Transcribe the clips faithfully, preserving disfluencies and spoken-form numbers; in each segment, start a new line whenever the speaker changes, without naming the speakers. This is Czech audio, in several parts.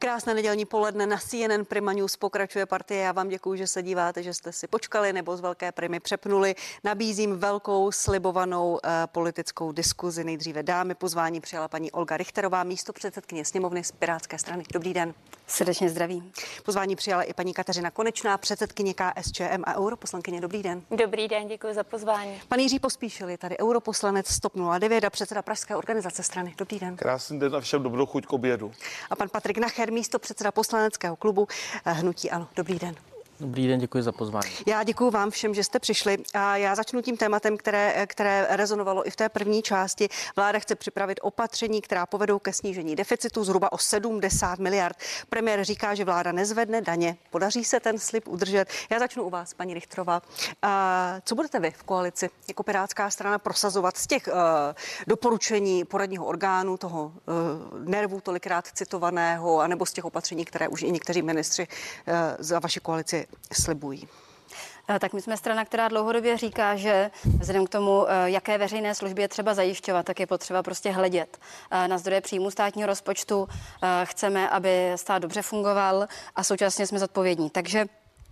Krásné nedělní poledne na C N N Prima News pokračuje partie. Já vám děkuji, že se díváte, že jste si počkali nebo z velké Primy přepnuli. Nabízím velkou slibovanou uh, politickou diskuzi. Nejdříve dámy. Pozvání přijala paní Olga Richterová, místopředsedkyně sněmovny z Pirátské strany. Dobrý den.
Srdečně zdravím.
Pozvání přijala i paní Kateřina Konečná, předsedkyně K S Č M a europoslankyně. Dobrý den.
Dobrý den, děkuji za pozvání.
Pan Jiří Pospíšil je tady europoslanec S T O P nula devět a předseda pražské organizace strany. Dobrý den.
Krásný den a všem dobrou chuť k obědu.
A pan Patrik Nacher, místopředseda poslaneckého klubu Hnutí ANO. Dobrý den.
Dobrý den, děkuji za pozvání.
Já děkuji vám všem, že jste přišli a já začnu tím tématem, které, které rezonovalo i v té první části. Vláda chce připravit opatření, která povedou ke snížení deficitu zhruba o sedmdesát miliard. Premiér říká, že vláda nezvedne daně. Podaří se ten slib udržet? Já začnu u vás, paní Richterová. A co budete vy v koalici jako Pirátská strana prosazovat z těch uh, doporučení poradního orgánu, toho uh, nervu tolikrát citovaného, anebo z těch opatření, které už i někteří ministři uh, za vaši koalici slibují?
Tak my jsme strana, která dlouhodobě říká, že vzhledem k tomu, jaké veřejné služby je třeba zajišťovat, tak je potřeba prostě hledět na zdroje příjmu státního rozpočtu. Chceme, aby stát dobře fungoval a současně jsme zodpovědní. Takže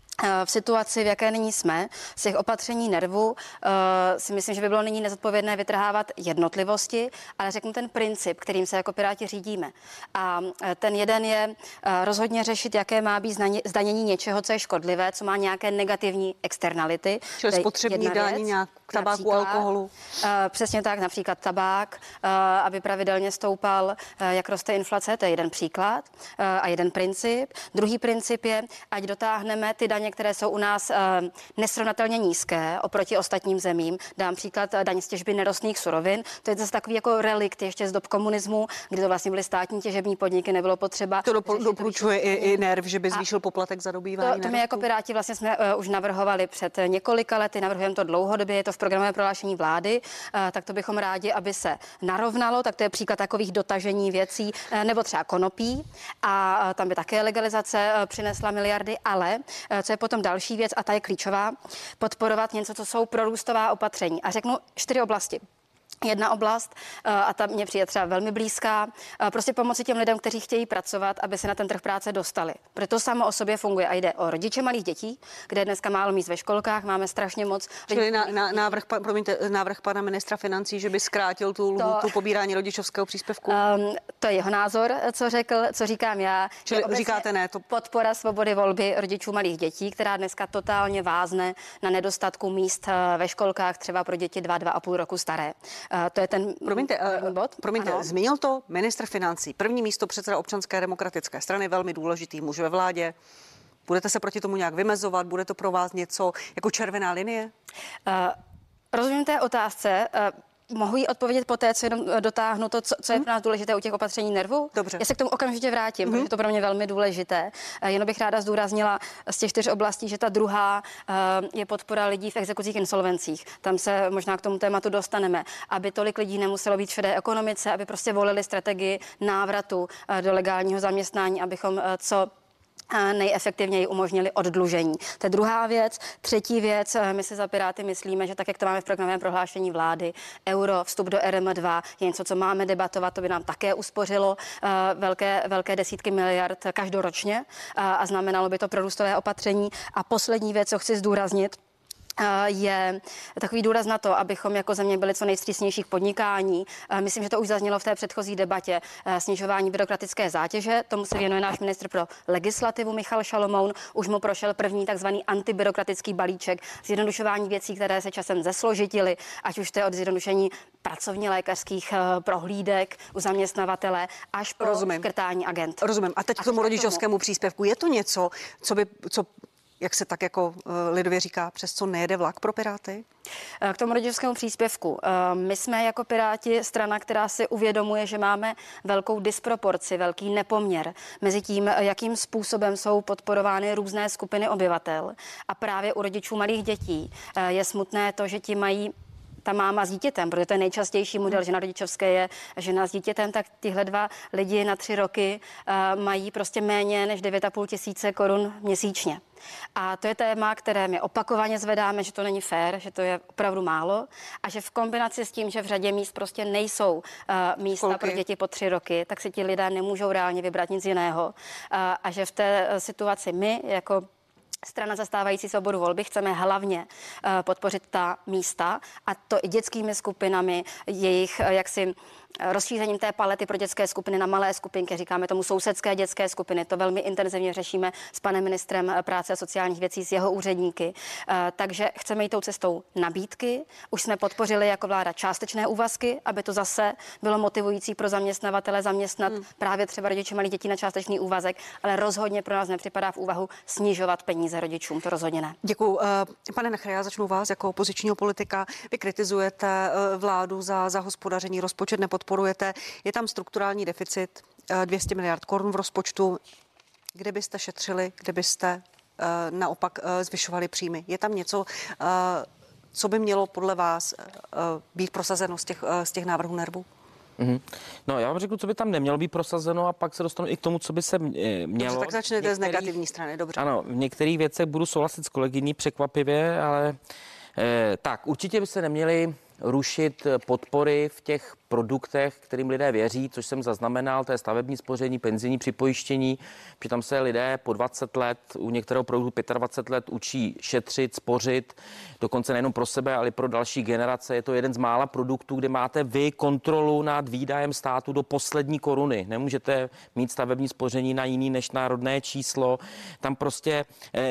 v situaci, v jaké nyní jsme, z těch opatření nervu, uh, si myslím, že by bylo nyní nezodpovědné vytrhávat jednotlivosti, ale řeknu ten princip, kterým se jako Piráti řídíme. A ten jeden je uh, rozhodně řešit, jaké má být zdanění něčeho, co je škodlivé, co má nějaké negativní externality.
Čili spotřební daň, nějak tabáku, alkoholu.
Uh, přesně tak, například tabák, uh, aby pravidelně stoupal, uh, jak roste inflace, to je jeden příklad uh, a jeden princip. Druhý princip je, ať dotáhneme ty daně, které jsou u nás uh, nesrovnatelně nízké oproti ostatním zemím. Dám příklad uh, daň z těžby nerostných surovin. To je zase takový jako relikt ještě z dob komunismu, kdy to vlastně byly státní těžební podniky, nebylo potřeba.
To dopo- doporučuje i, i NERV, že by zvýšil poplatek za dobývání.
To, to my jako Piráti vlastně jsme uh, už navrhovali před několika lety, navrhujeme to dlouhodobě, je to v programovém prohlášení vlády, uh, tak to bychom rádi, aby se narovnalo, tak to je příklad takových dotažení věcí, uh, nebo třeba konopí a uh, tam by také legalizace uh, přinesla miliardy, ale uh, co je potom další věc a ta je klíčová, podporovat něco, co jsou prorůstová opatření. A řeknu čtyři oblasti. Jedna oblast, a ta mě přijde třeba velmi blízká, prostě pomoci těm lidem, kteří chtějí pracovat, aby se na ten trh práce dostali. Protože to samo o sobě funguje a jde o rodiče malých dětí, kde je dneska málo míst ve školkách, máme strašně moc.
Čili na, na, návrh, promiňte, návrh pana ministra financí, že by zkrátil tu lhůtu pobírání rodičovského příspěvku? Um,
to je jeho názor, co řekl, co říkám já.
Čili říkáte ne, to...
Podpora svobody volby rodičů malých dětí, která dneska totálně vázne na nedostatku míst ve školkách, třeba pro děti dva, dva a půl roku staré. Uh, to je ten
promiňte,
uh, bod.
Promiňte, zmínil to ministr financí, první místo předseda Občanské demokratické strany, velmi důležitý muž ve vládě. Budete se proti tomu nějak vymezovat? Bude to pro vás něco jako červená linie?
Uh, rozumím té otázce. Uh, Mohu jí odpovědět po té, co jenom dotáhnu to, co, co je pro nás důležité u těch opatření nervu?
Dobře.
Já se k tomu okamžitě vrátím, mm-hmm. protože to pro mě velmi důležité. Jenom bych ráda zdůraznila z těch čtyř oblastí, že ta druhá je podpora lidí v exekucích, insolvencích. Tam se možná k tomu tématu dostaneme, aby tolik lidí nemuselo být v šedé ekonomice, aby prostě volili strategii návratu do legálního zaměstnání, abychom co nejefektivněji umožnili oddlužení. To je druhá věc. Třetí věc, my si za Piráty myslíme, že tak, jak to máme v programovém prohlášení vlády, euro, vstup do R M dva je něco, co máme debatovat, to by nám také uspořilo uh, velké, velké desítky miliard každoročně uh, a znamenalo by to prorůstové opatření. A poslední věc, co chci zdůraznit, je takový důraz na to, abychom jako země byli co nejvstřícnější k podnikání. Myslím, že to už zaznělo v té předchozí debatě. Snižování byrokratické zátěže, tomu se věnuje náš ministr pro legislativu Michal Šalomoun. Už mu prošel první takzvaný antibyrokratický balíček, zjednodušování věcí, které se časem zesložitily, ať už to je od zjednodušení pracovně lékařských prohlídek u zaměstnavatele až po
Rozumím.
Škrtání agent.
Rozumím. A teď a k tomu rodičovskému příspěvku. Je to něco, co by... Co... jak se tak jako uh, lidově říká, přes co nejede vlak pro Piráty?
K tomu rodičovskému příspěvku. My jsme jako Piráti strana, která si uvědomuje, že máme velkou disproporci, velký nepoměr mezi tím, jakým způsobem jsou podporovány různé skupiny obyvatel. A právě u rodičů malých dětí je smutné to, že ti mají ta máma s dítětem, protože to je nejčastější model, že na rodičovské je žena s dítětem, tak tyhle dva lidi na tři roky uh, mají prostě méně než devět a půl tisíce korun měsíčně. A to je téma, které my opakovaně zvedáme, že to není fér, že to je opravdu málo a že v kombinaci s tím, že v řadě míst prostě nejsou uh, místa
Školky.
pro děti po tři roky, tak si ti lidé nemůžou reálně vybrat nic jiného. Uh, a že v té uh, situaci my jako strana zastávající svobodu volby chceme hlavně uh, podpořit ta místa a to i dětskými skupinami, jejich uh, jaksi rozšířením té palety pro dětské skupiny na malé skupinky, říkáme tomu sousedské dětské skupiny. To velmi intenzivně řešíme s panem ministrem práce a sociálních věcí, s jeho úředníky. Takže chceme jít tou cestou nabídky. Už jsme podpořili jako vláda částečné úvazky, aby to zase bylo motivující pro zaměstnavatele zaměstnat hmm. právě třeba rodiče malých dětí na částečný úvazek, ale rozhodně pro nás nepřipadá v úvahu snižovat peníze rodičům. To rozhodně ne.
Děkuju. Pane Nacher, já začnu vás jako opozičního politika. Vy kritizujete vládu za, za hospodaření, rozpočet nepodporujete. Je tam strukturální deficit dvě stě miliard korun v rozpočtu. Kde byste šetřili, kde byste uh, naopak uh, zvyšovali příjmy? Je tam něco, uh, co by mělo podle vás uh, být prosazeno z těch, uh, z těch návrhů NERVu?
Mm-hmm. No, já vám řeknu, co by tam nemělo být prosazeno a pak se dostanu i k tomu, co by se mělo.
Dobře, tak začnete z negativní strany, dobře.
Ano, v některých věcech budu souhlasit s kolegyní překvapivě, ale eh, tak, určitě by se neměli rušit podpory v těch produktech, kterým lidé věří, což jsem zaznamenal, to je stavební spoření, penzijní připojištění, že tam se lidé po dvacet let, u některého produktu dvacet pět let učí šetřit, spořit, dokonce nejenom pro sebe, ale i pro další generace. Je to jeden z mála produktů, kde máte vy kontrolu nad výdajem státu do poslední koruny. Nemůžete mít stavební spoření na jiný než na rodné číslo. Tam prostě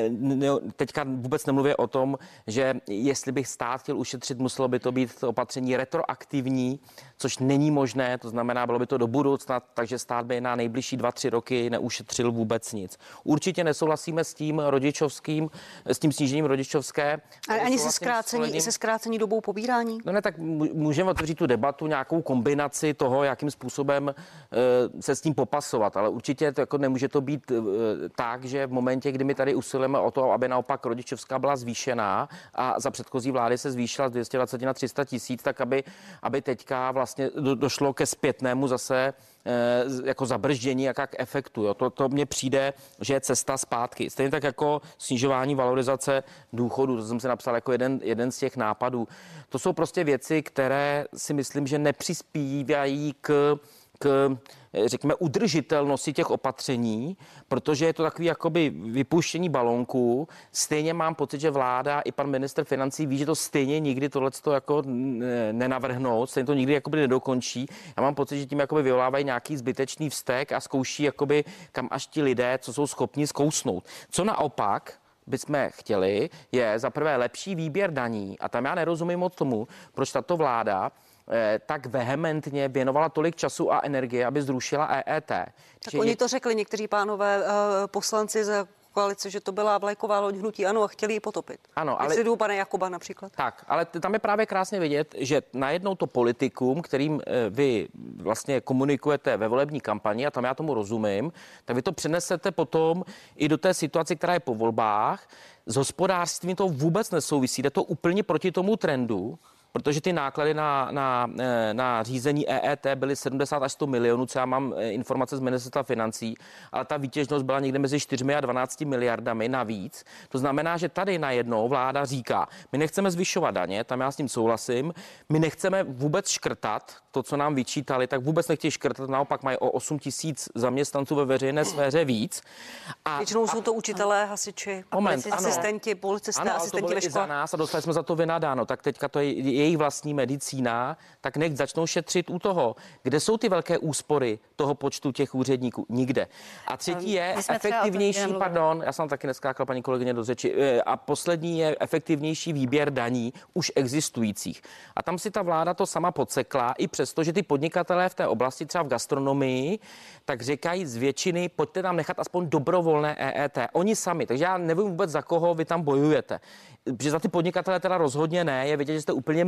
teďka vůbec nemluvě o tom, že jestli bych stát chtěl ušetřit, muselo by to být to opatření retroaktivní, což není možné, to znamená, bylo by to do budoucna, takže stát by na nejbližší dva, tři roky neušetřil vůbec nic. Určitě nesouhlasíme s tím rodičovským, s tím snížením rodičovské.
Ale ani se zkrácení, se zkrácení dobou pobírání?
No ne, tak můžeme otevřít tu debatu, nějakou kombinaci toho, jakým způsobem uh, se s tím popasovat, ale určitě to jako nemůže to být uh, tak, že v momentě, kdy my tady usilujeme o to, aby naopak rodičovská byla zvýšená a za předchozí vlády se zvýšila z dvě stě dvacet na tři sta tisíc, tak aby, aby teďka vlastně do, došlo ke zpětnému zase eh, jako zabrždění, jak k efektu. Jo. To, to mně přijde, že je cesta zpátky. Stejně tak jako snižování valorizace důchodu, to jsem si napsal jako jeden, jeden z těch nápadů. To jsou prostě věci, které si myslím, že nepřispívají k k, řekněme, udržitelnosti těch opatření, protože je to takový jakoby vypuštění balónku. Stejně mám pocit, že vláda i pan ministr financí ví, že to stejně nikdy tohleto jako nenavrhnou, stejně to nikdy jakoby nedokončí. Já mám pocit, že tím jakoby vyvolávají nějaký zbytečný vztek a zkouší jakoby kam až ti lidé, co jsou schopni zkousnout. Co naopak bychom chtěli, je za prvé lepší výběr daní a tam já nerozumím moc tomu, proč tato vláda tak vehementně věnovala tolik času a energie, aby zrušila E E T.
Tak
Čiže
oni
je...
to řekli někteří pánové uh, poslanci za koalice, že to byla vlajková loď hnutí ANO a chtěli ji potopit.
Ano, ale...
Jestli jdu pane Jakuba například.
Tak, ale tam je právě krásně vidět, že najednou to politikum, kterým vy vlastně komunikujete ve volební kampani, a tam já tomu rozumím, tak vy to přenesete potom i do té situace, která je po volbách. S hospodářstvím to vůbec nesouvisí, jde to úplně proti tomu trendu, protože ty náklady na, na, na řízení E E T byly sedmdesát až sto milionů, co já mám informace z ministerstva financí, ale ta výtěžnost byla někde mezi čtyřmi a dvanácti miliardami navíc. To znamená, že tady najednou vláda říká, my nechceme zvyšovat daně, tam já s tím souhlasím, my nechceme vůbec škrtat to, co nám vyčítali, tak vůbec nechtějí škrtat, naopak mají o osm tisíc zaměstnanců ve veřejné sféře víc.
A, Většinou jsou to učitelé, hasiči,
moment,
asistenti, policisté,
ano,
asistenti ve škole.
Za nás a dostali jsme za to vynadáno, tak teďka to je jejich vlastní medicína, tak nech začnou šetřit u toho. Kde jsou ty velké úspory toho počtu těch úředníků? Nikde. A třetí je efektivnější, pardon, já jsem taky neskákal paní kolegyně do řeči, a poslední je efektivnější výběr daní už existujících. A tam si ta vláda to sama podsekla, i přesto, že ty podnikatelé v té oblasti, třeba v gastronomii, tak říkají z většiny, pojďte nám nechat aspoň dobrovolné E E T. Oni sami, takže já nevím vůbec, za koho vy tam bojujete. Že za ty podnikatele teda rozhodně ne, je vidět, že jste úplně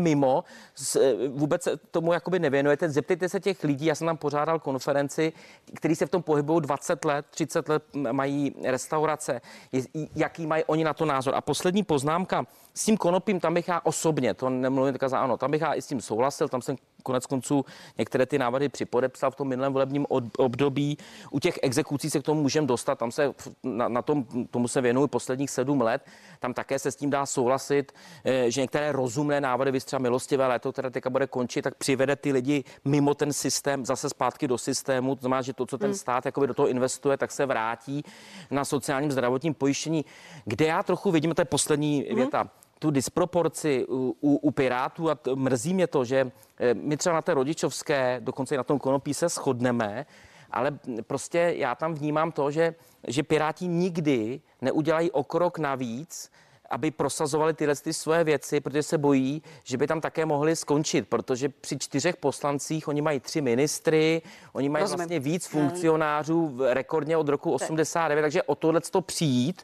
mimo, vůbec se tomu jakoby nevěnujete. Zeptejte se těch lidí, já jsem tam pořádal konferenci, který se v tom pohybují dvacet let, třicet let, mají restaurace, jaký mají oni na to názor. A poslední poznámka, s tím konopím, tam bych já osobně, to nemluvím tak za ano, tam bych já i s tím souhlasil, tam jsem konec konců některé ty návrhy připodepsal v tom minulém volebním období. U těch exekucí se k tomu můžeme dostat, tam se na, na tom, tomu se věnuji posledních sedm let, tam také se s tím dá souhlasit, že některé rozumné návrhy, vy třeba milostivé léto, které teďka bude končit, tak přivede ty lidi mimo ten systém, zase zpátky do systému, to znamená, že to, co ten stát jakoby do toho investuje, tak se vrátí na sociálním zdravotním pojištění, kde já trochu vidím, to je poslední věta, tu disproporci u, u, u Pirátů a t, mrzí mě to, že my třeba na té rodičovské, dokonce i na tom konopí se shodneme, ale prostě já tam vnímám to, že, že Piráti nikdy neudělají o krok navíc, aby prosazovali tyhle ty svoje věci, protože se bojí, že by tam také mohli skončit, protože při čtyřech poslancích oni mají tři ministry, oni mají Rozumím. vlastně víc funkcionářů rekordně od roku osmdesát devět, takže o tohleto přijít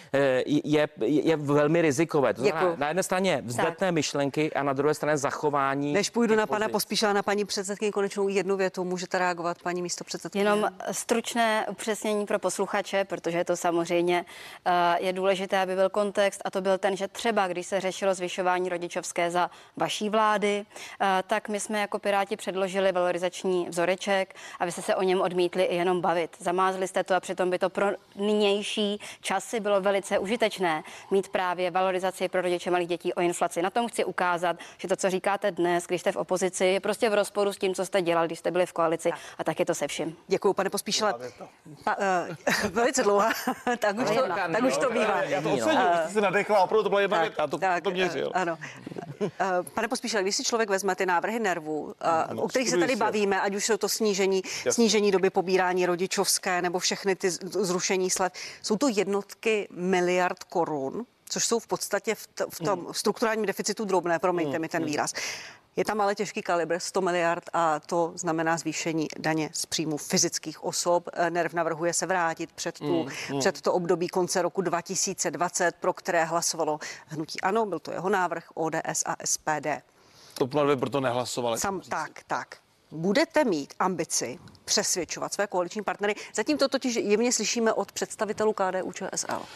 je, je velmi rizikové. To znamená, na jedné straně vzletné myšlenky a na druhé straně zachování.
Než půjdu na pana Pospíšila, na paní předsedkyni Konečnou jednu větu, můžete reagovat, paní místopředsedkyně?
Jenom stručné upřesnění pro posluchače, protože to samozřejmě uh, je důležité, aby byl kontext, a to byl ten, že třeba když se řešilo zvyšování rodičovské za vaší vlády, uh, tak my jsme jako Piráti předložili valorizační vzoreček a vy jste se o něm odmítli i jenom bavit. Zamázli jste to a přitom by to pro nynější časy bylo velice užitečné mít právě valorizaci pro rodiče malých dětí o inflaci. Na tom chci ukázat, že to, co říkáte dnes, když jste v opozici, je prostě v rozporu s tím, co jste dělali, když jste byli v koalici, a tak je to se vším.
Děkuji, pane Pospíšile. Pa, uh, velice dlouhá, tak už to, tak už to bývá.
Já to ocením, uh, jste se nadechla, opravdu to byla jedna věta, to,
tak,
to měřil.
Uh, ano. Uh, pane Pospíšile, když si člověk vezme ty návrhy nervů, uh, ano, o kterých se tady bavíme, ať už jsou to snížení, snížení doby pobírání rodičovské nebo všechny ty zrušení slev, jsou to jednotky miliard korun, což jsou v podstatě v, t- v tom strukturálním deficitu drobné, promiňte mi ten výraz. Je tam ale těžký kalibr sto miliard a to znamená zvýšení daně z příjmu fyzických osob. NERV navrhuje se vrátit před, tu, mm, před to období konce roku dva tisíce dvacet, pro které hlasovalo hnutí ANO, byl to jeho návrh, O D S a S P D.
To dvě proto nehlasovali.
Sam, tak, tak. Budete mít ambici přesvědčovat své koaliční partnery. Zatím to totiž jemně slyšíme od představitelů K D U Č S L.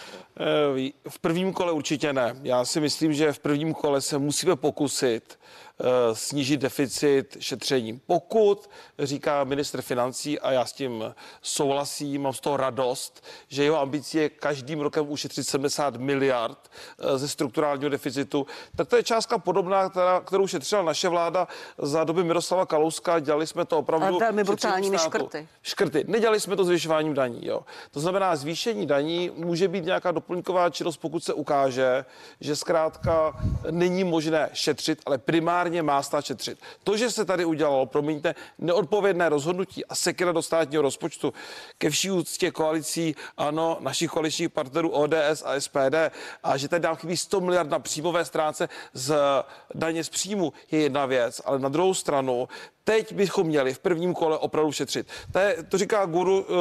V prvním kole určitě ne. Já si myslím, že v prvním kole se musíme pokusit snížit deficit šetřením. Pokud, říká ministr financí, a já s tím souhlasím, mám z toho radost, že jeho ambicí je každým rokem ušetřit sedmdesát miliard ze strukturálního deficitu, tak to je částka podobná, která, kterou šetřila naše vláda za doby Miroslava Kalouska. Dělali jsme to opravdu
ale velmi brutálními škrty.
Škrty. Nedělali jsme to zvyšováním daní. Jo. To znamená, zvýšení daní může být nějaká doplňková činnost, pokud se ukáže, že zkrátka není možné šetřit, ale primárně má stát šetřit. To, že se tady udělalo, promiňte, neodpovědné rozhodnutí a sekera do státního rozpočtu ke vší úctě koalicí, ano, našich koaličních partnerů O D S a S P D, a že tady nám chybí sto miliard na příjmové stránce z daně z příjmu, je jedna věc, ale na druhou stranu teď bychom měli v prvním kole opravdu šetřit. To, je, to říká guru uh,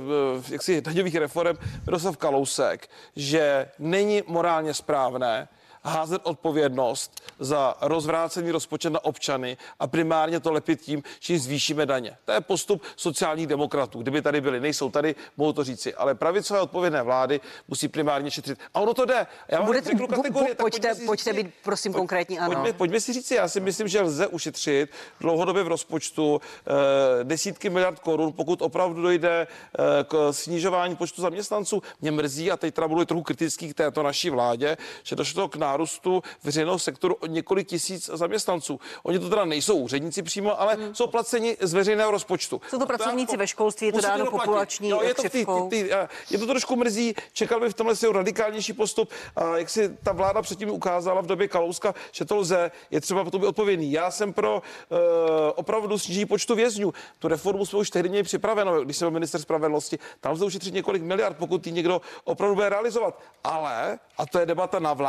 jaksi daňových reforem Miroslav Kalousek, že není morálně správné házet odpovědnost za rozvrácený rozpočet na občany a primárně to lepit tím, že jim zvýšíme daně. To je postup sociálních demokratů. Kdyby tady byli, nejsou tady, mohou to říci, ale pravicové odpovědné vlády musí primárně šetřit. A ono to jde. Já vám řeknu kategorie,
bu, pojďte, pojďte být, prosím,
pojď,
konkrétní, ano.
Pojďme, pojďme si říci, já si myslím, že lze ušetřit dlouhodobě v rozpočtu eh, desítky miliard korun, pokud opravdu dojde eh, k snižování počtu zaměstnanců. Mě mrzí, a teď teda budu trochu kritický k této naší vládě, že došlo k nárůstu veřejného sektoru o několik tisíc zaměstnanců. Oni to teda nejsou úředníci přímo, ale hmm. jsou placeni z veřejného rozpočtu.
Jsou to pracovníci ve školství, je to dáno populační
jo, je to ty, ty, ty, je to trošku mrzí, čekal bych v tomhle si radikálnější postup. A jak si ta vláda předtím ukázala v době Kalouska, že to lze, je třeba potom být odpovědný. Já jsem pro uh, opravdu snížení počtu vězňů. Tu reformu jsme už tehdy měli připraveno, když jsem byl ministr spravedlnosti. Tam lze ušetřit několik miliard, pokud ji někdo opravdu bude realizovat. Ale, a to je debata na vládě, není to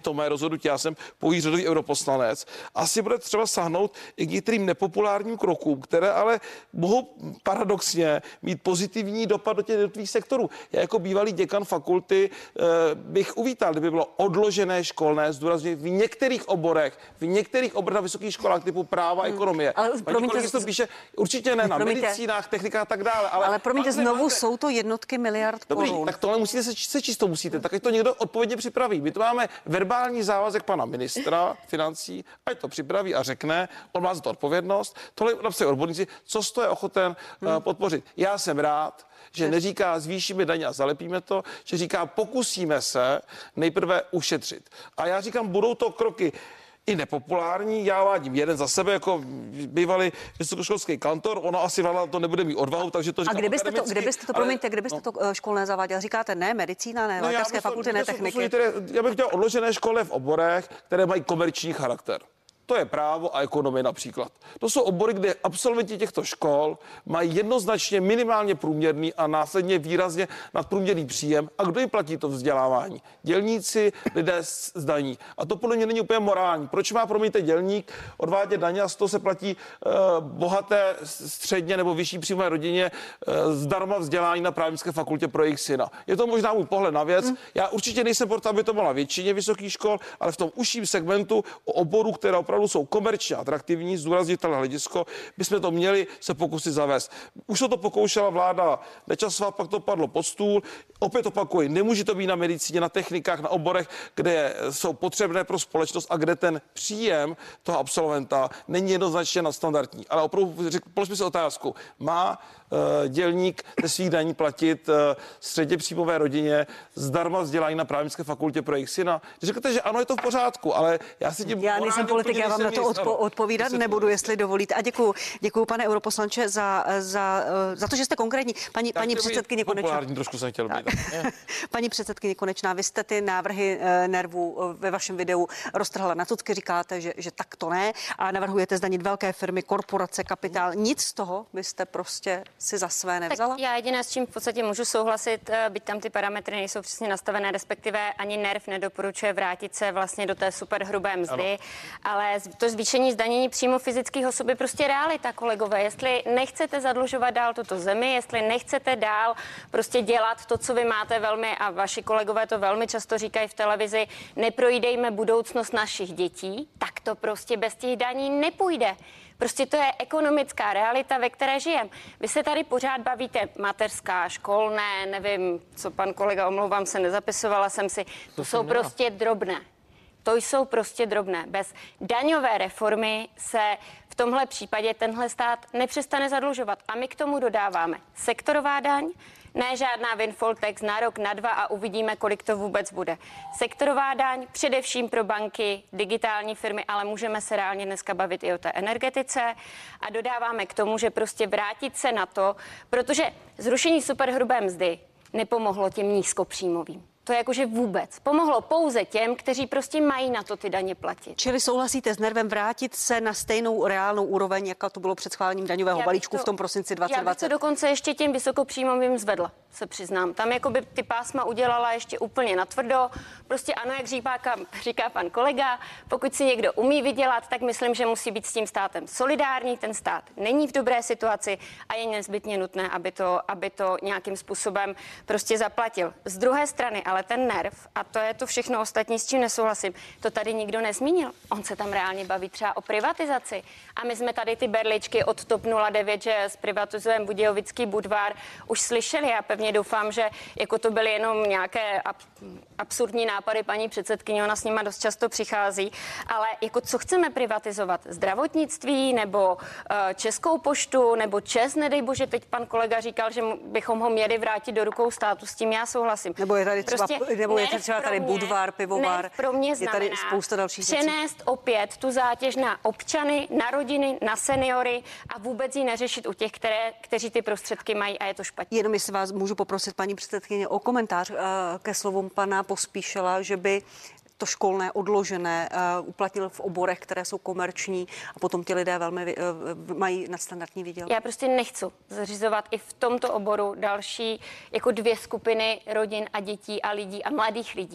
to mé rozhodnutí, já jsem pouhý řadový europoslanec. Asi bude třeba sáhnout i k některým nepopulárním krokům, které ale mohou paradoxně mít pozitivní dopad do těch jednotlivých sektorů. Já jako bývalý děkan fakulty eh, bych uvítal, kdyby bylo odložené školné, zdůrazně v některých oborech, v některých oborech na vysokých školách typu práva, hmm. ekonomie.
Ale
Paní
promiňte,
kolegyně to píše, určitě ne na
promiňte,
medicínách, technikách a tak dále. Ale,
ale promiňte, znovu
máte...
jsou to jednotky miliard
Dobrý,
korun.
tak tohle musíte se, se čisto musíte, tak ať to někdo odpovědně připraví. My to máme verbální závazek pana ministra financí, ať to připraví a řekne, on má za to odpovědnost. Tohle napsali odborníci, co to je ochoten hmm. uh, podpořit. Já jsem rád, že neříká zvýšíme daně a zalepíme to, že říká pokusíme se nejprve ušetřit. A já říkám, budou to kroky i nepopulární. Já vádím jeden za sebe jako bývalý vysokoškolský kantor. Ono asi vláda to nebude mít odvahu, takže to říkám.
A kdybyste to, kdybyste to,
ale,
promiňte, kdybyste
no.
to školné zaváděl? Říkáte ne medicína, ne
No,
lékařské
já
fakulty, ne techniky.
Které, já bych chtěl odložené školy v oborech, které mají komerční charakter. To je právo a ekonomie například. To jsou obory, kde absolventi těchto škol mají jednoznačně minimálně průměrný a následně výrazně nadprůměrný příjem. A kdo jim platí to vzdělávání? Dělníci, lidé z daní. A to podle mě není úplně morální. Proč má, promiňte, dělník odvádět daně a z toho se platí uh, bohaté středně nebo vyšší příjmové rodině uh, zdarma vzdělání na právnické fakultě pro jejich syna? Je to možná můj pohled na věc. Hmm. Já určitě nejsem proto, aby to byla většině vysokých škol, ale v tom užším segmentu oboru, které opravdu jsou komerčně atraktivní, zdůraznitelné hledisko, bychom to měli se pokusit zavést. Už se to pokoušela vláda Nečasová, pak to padlo pod stůl. Opět opakuji, nemůže to být na medicíně, na technikách, na oborech, kde jsou potřebné pro společnost a kde ten příjem toho absolventa není jednoznačně nadstandardní. Ale opravdu položme si otázku, má uh, dělník ze svých daní platit uh, středně příjmové rodině zdarma vzdělání na právnické fakultě pro jejich syna? Řekněte, že ano, je to v pořádku, ale já si tím
Já nejsem politik, já vám na to odpo- odpovídat nebudu, jestli dovolíte. A děkuji, děkuji, pane europoslanče, za, za, za to, že jste konkrétní. Paní, paní předsedkyně Konečná.
Trošku jsem chtěl být.
Paní předsedkyně Konečná, vy jste ty návrhy e, nervů ve vašem videu roztrhla na cucky, říkáte, že, že tak to ne, a navrhujete zdanit velké firmy, korporace, kapitál. Nic z toho byste prostě si za své nevzala?
Tak já jediné, s čím v podstatě můžu souhlasit, byť tam ty parametry nejsou přesně nastavené, respektive ani NERV nedoporučuje vrátit se vlastně do té superhrubé mzdy, ano. Ale to zvýšení zdanění přímo fyzických osob je prostě realita, kolegové. Jestli nechcete zadlužovat dál tuto zemi, jestli nechcete dál prostě dělat to, co vy máte velmi, a vaši kolegové to velmi často říkají v televizi, neprojídejme budoucnost našich dětí, tak to prostě bez těch daní nepůjde. Prostě to je ekonomická realita, ve které žijeme. Vy se tady pořád bavíte mateřská, školné, nevím, co pan kolega, omlouvám se, nezapisovala jsem si. To, to jsou prostě drobné. To jsou prostě drobné. Bez daňové reformy se v tomhle případě tenhle stát nepřestane zadlužovat. A my k tomu dodáváme sektorová daň, ne žádná windfall tax na rok, na dva a uvidíme, kolik to vůbec bude. Sektorová daň především pro banky, digitální firmy, ale můžeme se reálně dneska bavit i o té energetice a dodáváme k tomu, že prostě vrátit se na to, protože zrušení superhrubé mzdy nepomohlo těm nízkopříjmovým. To je jakože vůbec. Pomohlo pouze těm, kteří prostě mají na to ty daně platit.
Čili souhlasíte s nervem vrátit se na stejnou reálnou úroveň, jako to bylo před schválením daňového balíčku to, v tom prosinci dvacet dvacet?
Já bych to dokonce ještě těm vysokopříjmovým zvedla, se přiznám. Tam jako by ty pásma udělala ještě úplně natvrdo. Prostě ano, jak říká, říká pan kolega, pokud si někdo umí vydělat, tak myslím, že musí být s tím státem solidární. Ten stát není v dobré situaci a je nezbytně nutné, aby to, aby to nějakým způsobem prostě zaplatil. Z druhé strany, ale ten NERV, a to je to všechno ostatní, s čím nesouhlasím, to tady nikdo nezmínil. On se tam reálně baví třeba o privatizaci. A my jsme tady ty berličky od TOP nula devět, že zprivatizujeme Budějovický Budvar, už slyšeli. Já pevně doufám, že jako to byly jenom nějaké ab- absurdní nápady paní předsedkyně, ona s nima dost často přichází. Ale jako co chceme privatizovat? Zdravotnictví nebo uh, Českou poštu nebo ČEZ, nedej bože, teď pan kolega říkal, že bychom ho měli vrátit do rukou státu, s tím já souhlasím.
Nebo je tady třeba prostě nebo je třeba tady
mě,
Budvar, pivovar,
pro mě znamená
je tady spousta dalších
přenést věcí. Opět tu zátěž na občany, na rodiny, na seniory a vůbec ji neřešit u těch, které, kteří ty prostředky mají, a je to špatně.
Jenom jestli vás můžu poprosit, paní předsedkyně, o komentář uh, ke slovům pana Pospíšila, že by to školné odložené uh, uplatnil v oborech, které jsou komerční a potom ti lidé velmi uh, mají nadstandardní výdělek.
Já prostě nechci zařizovat i v tomto oboru další jako dvě skupiny rodin a dětí a lidí a mladých lidí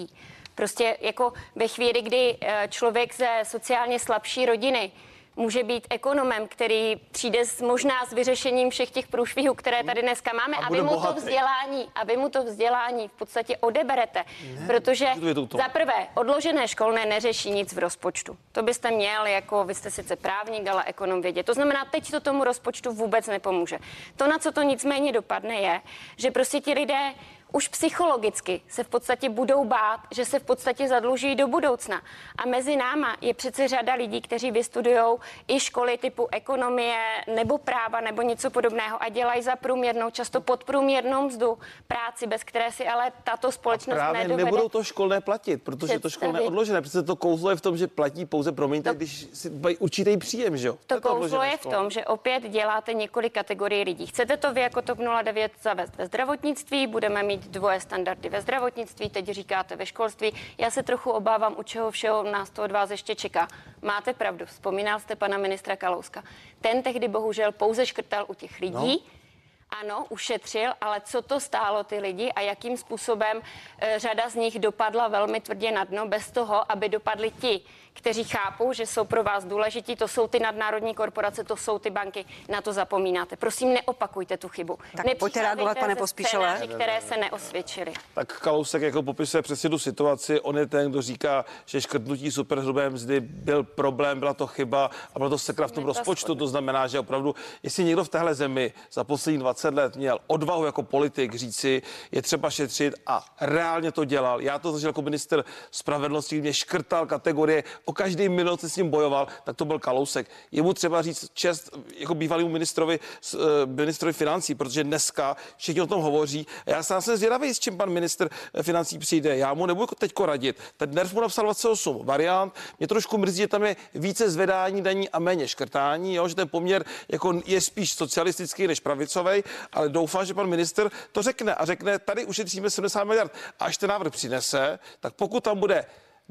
Prostě jako ve chvíli, kdy eh, člověk ze sociálně slabší rodiny může být ekonomem, který přijde s, možná s vyřešením všech těch průšvihů, které tady dneska máme, a, a vy mu bohatý. to vzdělání, a vy mu to vzdělání v podstatě odeberete, ne, protože za prvé odložené školné neřeší nic v rozpočtu. To byste měl, jako vy jste sice právník, ale ekonom vědět. To znamená, teď to tomu rozpočtu vůbec nepomůže. To, na co to nicméně dopadne, je, že prostě ti lidé už psychologicky se v podstatě budou bát, že se v podstatě zadlužují do budoucna. A mezi náma je přece řada lidí, kteří vystudujou i školy typu ekonomie nebo práva nebo něco podobného a dělají za průměrnou, často podprůměrnou mzdu práci, bez které si ale tato společnost
a právě
nedovede.
nebudou to školné platit, protože to školné je odložené. Přece to kouzlo je v tom, že platí pouze, promiňte, to, když si mají určitý příjem, že jo?
To, to kouzlo je v tom, že opět děláte několik kategorií lidí. Chcete to vy jako TOP nula devět zavést ve zdravotnictví, budeme mít dvoje standardy ve zdravotnictví, teď říkáte ve školství. Já se trochu obávám, u čeho všeho nás to od vás ještě čeká. Máte pravdu, vzpomínal jste pana ministra Kalouska. Ten tehdy bohužel pouze škrtal u těch lidí. No. Ano, ušetřil, ale co to stálo ty lidi a jakým způsobem e, řada z nich dopadla velmi tvrdě na dno, bez toho, aby dopadli ti, kteří chápou, že jsou pro vás důležití, to jsou ty nadnárodní korporace, to jsou ty banky, na to zapomínáte. Prosím, neopakujte tu chybu.
Tak pojďte reagovat, pane Pospíšile.
Které se neosvědčily.
Tak Kalousek jako popisuje přesně tu situaci, on je ten, kdo říká, že škrtnutí superhrubé mzdy byl problém, byla to chyba a bylo to sekra v tom rozpočtu, to znamená, že opravdu, jestli někdo v téhle zemi za poslední dvacet let měl odvahu jako politik říci, je třeba šetřit a reálně to dělal. Já to zažil jako ministr spravedlnosti, kdy mě škrtal kategorie, o každý minut se s ním bojoval, tak to byl Kalousek. Jemu třeba říct čest jako bývalému ministrovi, ministrovi financí, protože dneska všichni o tom hovoří. A já sám jsem zvědavý, s čím pan ministr financí přijde. Já mu nebudu teďko radit. Ten NERV mu napsal dvacet osm variant. Mě trošku mrzí, že tam je více zvedání daní a méně škrtání, jo? Že ten poměr jako je spíš socialistický než pravicový, ale doufám, že pan ministr to řekne a řekne, tady ušetříme sedmdesát miliard. A až ten návrh přinese, tak pokud tam bude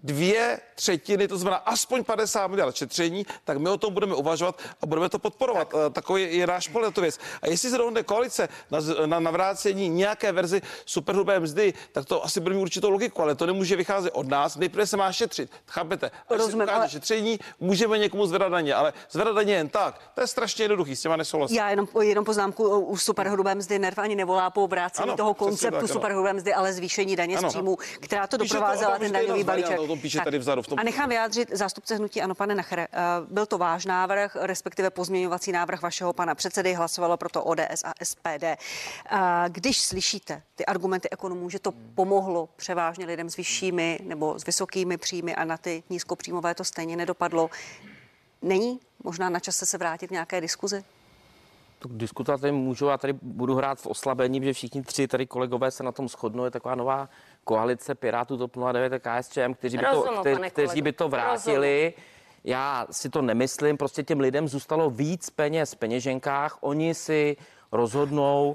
dvě třetiny, to znamená aspoň padesát miliard šetření, tak my o tom budeme uvažovat a budeme to podporovat. Tak. Takový je náš pohled na tu věc. A jestli se dohodne koalice na, na navrácení nějaké verzi superhrubé mzdy, tak to asi bude mít určitou logiku, ale to nemůže vycházet od nás. Nejprve se má šetřit. Chápete? Až se ukáže ale... šetření, můžeme někomu zvedat daně, ale zvedat daně jen tak. To je strašně jednoduchý, s těma nesouhlasím.
Já jenom, jenom poznámku u superhrubé mzdy. NERV ani nevolá po vrácení ano, toho konceptu superhrubé mzdy, ale zvýšení daně ano. z příjmů, která to doprovázela ten daňový balíček.
Píše tady vzadu v tom.
A nechám vyjádřit zástupce hnutí ANO, pane Nachere. Byl to váš návrh, respektive pozměňovací návrh vašeho pana předsedy, hlasovalo proto O D S a S P D. Když slyšíte ty argumenty ekonomů, že to pomohlo převážně lidem s vyššími nebo s vysokými příjmy a na ty nízkopříjmové to stejně nedopadlo, není možná na čase se vrátit k nějaké diskuzi?
Diskutovat tady můžu, já tady budu hrát v oslabení, protože všichni tři tady kolegové se na tom shodnou, je taková nová koalice Pirátů, TOP nula devět a K S Č M, kteří by to,
Rozumu,
kte, kteří by to vrátili. Rozumu. Já si to nemyslím, prostě těm lidem zůstalo víc peněz v peněženkách, oni si rozhodnou,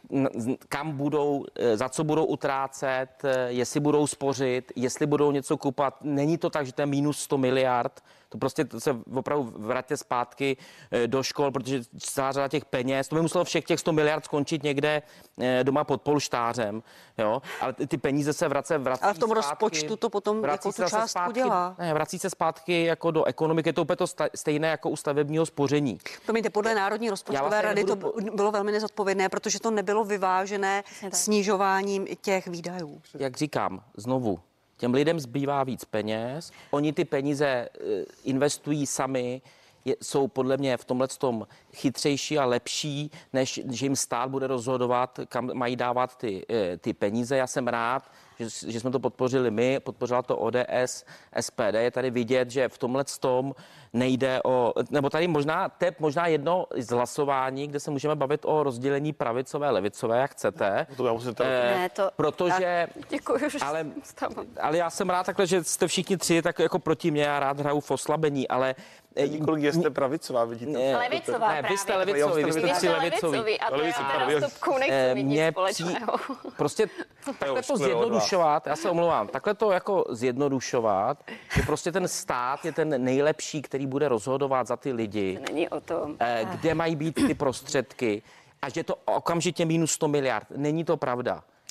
kam budou, za co budou utrácet, jestli budou spořit, jestli budou něco kupovat. Není to tak, že to je minus sto miliard, to prostě se opravdu vrátě zpátky do škol, protože celá řada těch peněz, to by muselo všech těch sto miliard skončit někde doma pod polštářem, jo, ale ty peníze se vrací, vrací
Ale v tom
zpátky,
rozpočtu to potom jako tu částku
zpátky,
dělá.
Ne, vrací se zpátky jako do ekonomiky, to je úplně to stejné jako u stavebního spoření.
Promiňte, podle Národní rozpočtové rady to bylo velmi nezodpovědné, protože to nebylo vyvážené snižováním těch výdajů.
Jak říkám, znovu, těm lidem zbývá víc peněz, oni ty peníze investují sami, je, jsou podle mě v tomhletom chytřejší a lepší, než že jim stát bude rozhodovat, kam mají dávat ty, ty peníze. Já jsem rád, že, že jsme to podpořili my, podpořila to O D S, S P D. Je tady vidět, že v tomhletom nejde o, nebo tady možná, tep, možná jedno z hlasování, kde se můžeme bavit o rozdělení pravicové, levicové, jak chcete.
To já musím
eh,
ne, to,
protože,
děkuji, že
ale, ale já jsem rád takhle, že jste všichni tři tak jako proti mě, já rád hraju v oslabení, ale
Několik jste pravicová, vidíte?
Ne,
levicová
ne, vy jste levicovi, vy jste tři levicovi.
A to já s topkou nechci mít nic společného.
Prostě takhle to zjednodušovat, já se omlouvám, takhle to jako zjednodušovat, že prostě ten stát je ten nejlepší, který bude rozhodovat za ty lidi.
To není o tom.
Kde mají být ty prostředky a že to okamžitě minus sto miliard. Není to pravda.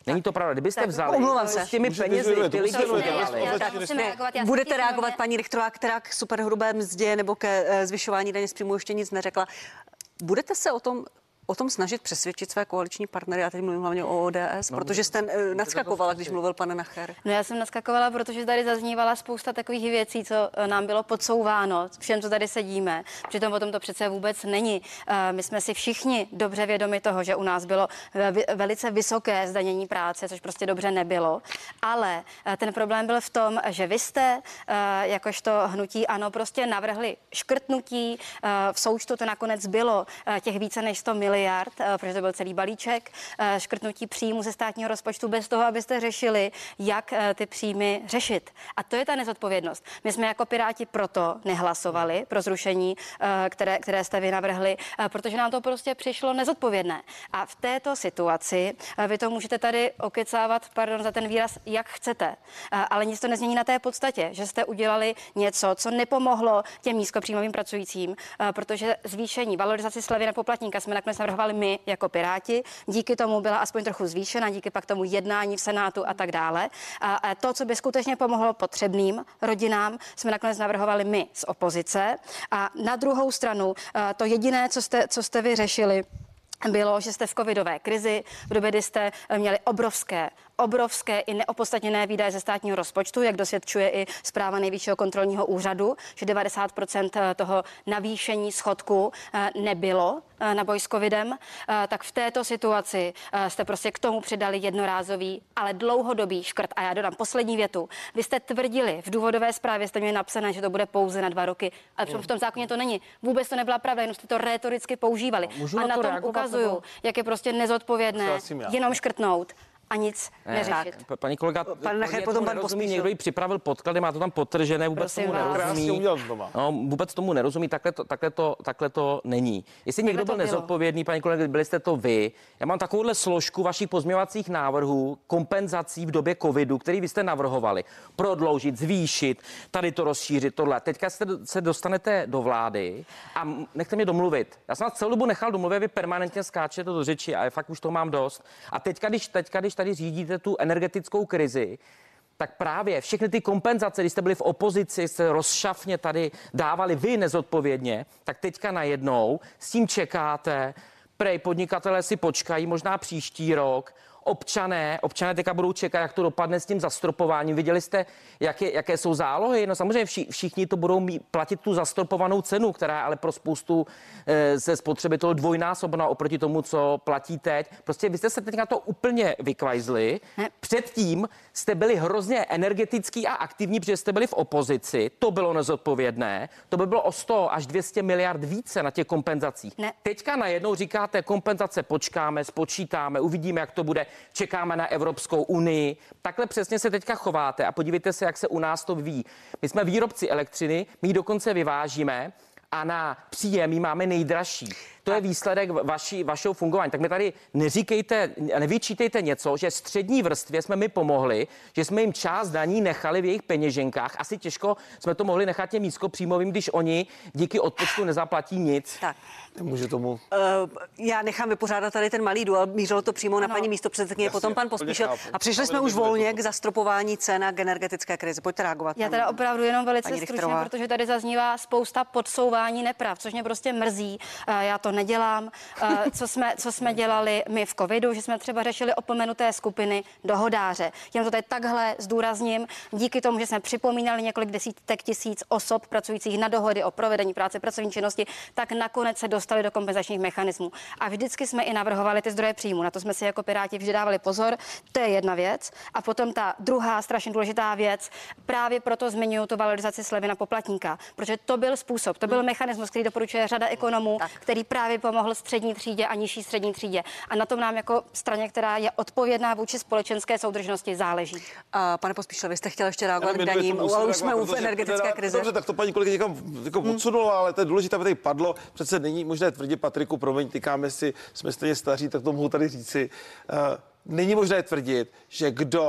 Není to pravda. Kdybyste vzali
omlouvám se.
s těmi
Můžete
penězi,
vysvětlit,
ty lidi
vysvětlete,
udělali.
já- já-
tak musím reagovat. Já
Budete
taky
reagovat,
velmi-
paní Richterová, která k superhrubé mzdě nebo ke eh, zvyšování daně z příjmu ještě nic neřekla. Budete se o tom o tom snažit přesvědčit své koaliční partnery, já teď mluvím hlavně o O D S, no, protože jste uh, nadskakovala, když mluvil pan Nacher.
No já jsem naskakovala, protože tady zaznívala spousta takových věcí, co eh, nám bylo podsouváno, všem, co tady sedíme. Přitom o tom to přece vůbec není. Eh, My jsme si všichni dobře vědomi toho, že u nás bylo ve- velice vysoké zdanění práce, což prostě dobře nebylo. Ale eh, ten problém byl v tom, že vy jste, eh, jakožto hnutí ANO, prostě navrhli škrtnutí. eh, V součtu to nakonec bylo eh, těch více než sto miliard, protože to byl celý balíček, eh, škrtnutí příjmu ze státního rozpočtu bez toho, abyste řešili, jak eh, ty příjmy řešit. A to je ta nezodpovědnost. My jsme jako Piráti proto nehlasovali pro zrušení, eh, které, které jste vy navrhli, eh, protože nám to prostě přišlo nezodpovědné. A v této situaci eh, vy to můžete tady okecávat, pardon za ten výraz, jak chcete, eh, ale nic to nezmění na té podstatě, že jste udělali něco, co nepomohlo těm nízkopříjmovým pracujícím, eh, protože zvýšení valorizaci slevy na poplatníka jsme nakonec navrhovali my jako Piráti. Díky tomu byla aspoň trochu zvýšena, díky pak tomu jednání v Senátu a tak dále. A, a to, co by skutečně pomohlo potřebným rodinám, jsme nakonec navrhovali my z opozice. A na druhou stranu a to jediné, co jste, co jste vy řešili, bylo, že jste v covidové krizi, v době, kdy jste měli obrovské, obrovské i neopodstatněné výdaje ze státního rozpočtu, jak dosvědčuje i zpráva Nejvyššího kontrolního úřadu, že devadesát procent toho navýšení schodku nebylo na boj s covidem, tak v této situaci jste prostě k tomu přidali jednorázový, ale dlouhodobý škrt. A já dodám poslední větu. Vy jste tvrdili, v důvodové zprávě jste měli napsané, že to bude pouze na dva roky, ale v tom zákoně to není. Vůbec to nebyla pravda, jenom jste to rétoricky používali.
Můžu
A
na
na
to
tom
reagovat,
ukazuju,
nebo?
jak je prostě nezodpovědné
Souhlasím já.
jenom škrtnout a nic
Ne,
neřešit.
pa- Paní kolega,
Nacher,
kolegyně
potom
tomu
pan
nerozumí,
Pospíšil.
někdo jí připravil podklady, má to tam podtržené, vůbec
Prosím
tomu
vás.
Krásně
nerozumí.
udělal doma.
No, vůbec tomu nerozumí, takhle to, takhle to, takhle to není. Jestli někdo
to
byl
bylo.
nezodpovědný, paní kolega, byli jste to vy. Já mám takovouhle složku vašich pozměňovacích návrhů, kompenzací v době covidu, který vy jste navrhovali. Prodloužit, zvýšit, tady to rozšířit, tohle. Teďka jste, se dostanete do vlády a m- nechte mě domluvit. Já jsem vás celou dobu nechal domluvit, vy permanentně skáčete do řeči a fakt už toho mám dost. A teďka, když, teďka, když tady řídíte tu energetickou krizi, tak právě všechny ty kompenzace, když jste byli v opozici, jste rozšafně tady dávali vy nezodpovědně, tak teďka najednou s tím čekáte, prej podnikatelé si počkají možná příští rok, občané, občané teďka budou čekat, jak to dopadne s tím zastropováním. Viděli jste, jaké, jaké jsou zálohy? No samozřejmě vši, všichni to budou mít, platit tu zastropovanou cenu, která je ale pro spoustu e, ze spotřebitelů dvojnásobná oproti tomu, co platí teď. Prostě vy jste se teďka to úplně vykvajzli. Předtím jste byli hrozně energetický a aktivní, protože jste byli v opozici. To bylo nezodpovědné. To by bylo o sto až dvě stě miliard více na těch kompenzacích.
Ne.
Teďka najednou říkáte, kompenzace počkáme, spočítáme, uvidíme, jak to bude, čekáme na Evropskou unii. Takhle přesně se teďka chováte a podívejte se, jak se u nás to vyvíjí. My jsme výrobci elektřiny, my ji dokonce vyvážíme a na příjem ji máme nejdražší. To je výsledek vaší, vašeho fungování. Tak mi tady neříkejte, nevyčítejte něco, že střední vrstvě jsme mi pomohli, že jsme jim část daní nechali v jejich peněženkách. Asi těžko jsme to mohli nechat těm nízkopříjmovým, když oni díky odpočtu nezaplatí nic.
Tak.
Nemůže tomu.
Uh, já nechám vypořádat tady ten malý duel, mířilo to přímo na paní místopředsedkyně,
Jasně,
potom pan
plně
Pospíšil.
chápu.
A přišli
Ale
jsme
to
už
bude
volně
to.
k zastropování cen a k energetické krizi. Pojďte reagovat.
Já
paní-
teda opravdu jenom velice
paní
stručně,
Richterová.
protože tady zaznívá spousta podsouvání nepravd, což mě prostě mrzí. Eh, Já to nedělám. Eh, Co jsme, co jsme dělali my v covidu, že jsme třeba řešili opomenuté skupiny dohodáře. Jenom to tady takhle zdůrazním. Díky tomu, že jsme připomínali několik desítek tisíc osob pracujících na dohody o provedení práce pracovní činnosti, tak nakonec se dostali do kompenzačních mechanismů. A vždycky jsme i navrhovali ty zdroje příjmu. Na to jsme si jako Piráti vždy dávali pozor. To je jedna věc. A potom ta druhá strašně důležitá věc, právě proto zmiňuji tu valorizaci slevy na poplatníka, protože to byl způsob, to byl mechanismus, který doporučuje řada ekonomů, který právě pomohl střední třídě a nižší střední třídě. A na tom nám jako straně, která je odpovědná vůči společenské soudržnosti, záleží.
A pane Pospíšil, vy jste chtěl ještě reagovat
Já
k
nevím, jestli
daním,
to musím
ale už jsme
reagovat,
u
protože-
energetické
teda-
krize.
Dobře, tak to paní kolegyně někam jako
Hmm.
odsunula, ale to je důležité, aby tady padlo. Přece není možné tvrdit, Patriku, promiň, tykáme si, jsme stejně staří, tak to mohu tady říci. Uh, není možné tvrdit, že kdo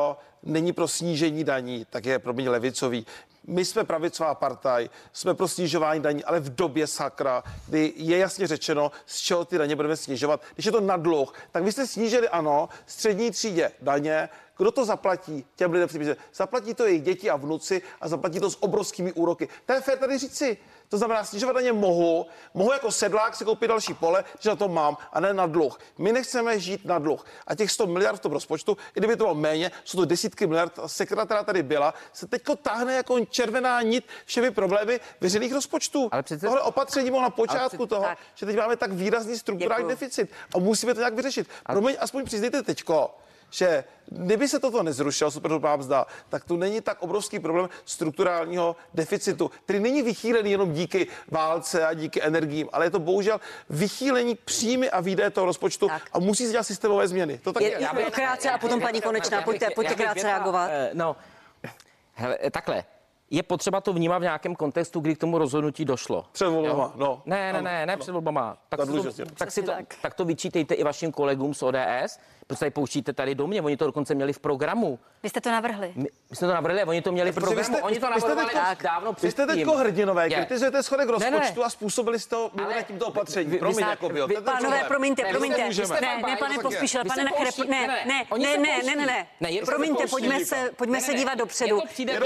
není pro snížení daní, tak je pro mě levicový. My jsme pravicová partaj, jsme pro snižování daní, ale v době sakra, kdy je jasně řečeno, z čeho ty daně budeme snižovat. Když je to na dluh, tak vy jste snížili, ano, střední třídě daně. Kdo to zaplatí? Těm lidem připíše. Zaplatí to jejich děti a vnuci a zaplatí to s obrovskými úroky. To je fér tady říci. To znamená, snižovat daně mohu, mohu jako sedlák si koupit další pole, že na to mám, a ne na dluh. My nechceme žít na dluh. A těch sto miliard v tom rozpočtu, i kdyby to bylo méně, jsou to desítky miliard, sekra, která tady byla, se teďko táhne jako červená nit všemi problémy veřejných rozpočtů. Ale přece... Tohle opatření bylo na počátku přece... toho, tak. Že teď máme tak výrazný strukturální deficit a musíme to nějak vyřešit. A... Promiň, aspoň přiznejte teďko, že kdyby se toto nezrušilo, superhrubá mzda, tak tu není tak obrovský problém strukturálního deficitu, který není vychýlený jenom díky válce a díky energiím, ale je to bohužel vychýlení příjmy a výdaje toho rozpočtu tak. A musí se dělat systémové změny. To tak je.
Já bych krátce a potom paní Konečná, pojďte, pojďte krátce reagovat.
No, hele, takhle. Je potřeba to vnímat v nějakém kontextu, kdy k tomu rozhodnutí došlo.
Před volbama, no.
Ne, ne, ne, ne před volbama. Tak, to, tak, si to, tak to vyčítejte i vašim kolegům z O D S, protože tady pouštíte tady do mě, oni to dokonce měli v programu.
Vy jste to navrhli.
My, my jsme to navrhli, oni to měli v programu, jste, oni to navrhovali tak dávno předtím.
Vy jste teďko hrdinové, kritizujete schodek rozpočtu ne, a způsobili jste to tímto opatření. Promiň, jako byl.
Pánové, promiňte, promiňte. Ne, ne, pane Pospíšile, pane Nachere, ne, ne, ne, ne, ne, ne. Promiňte, pojďme se dívat dopředu.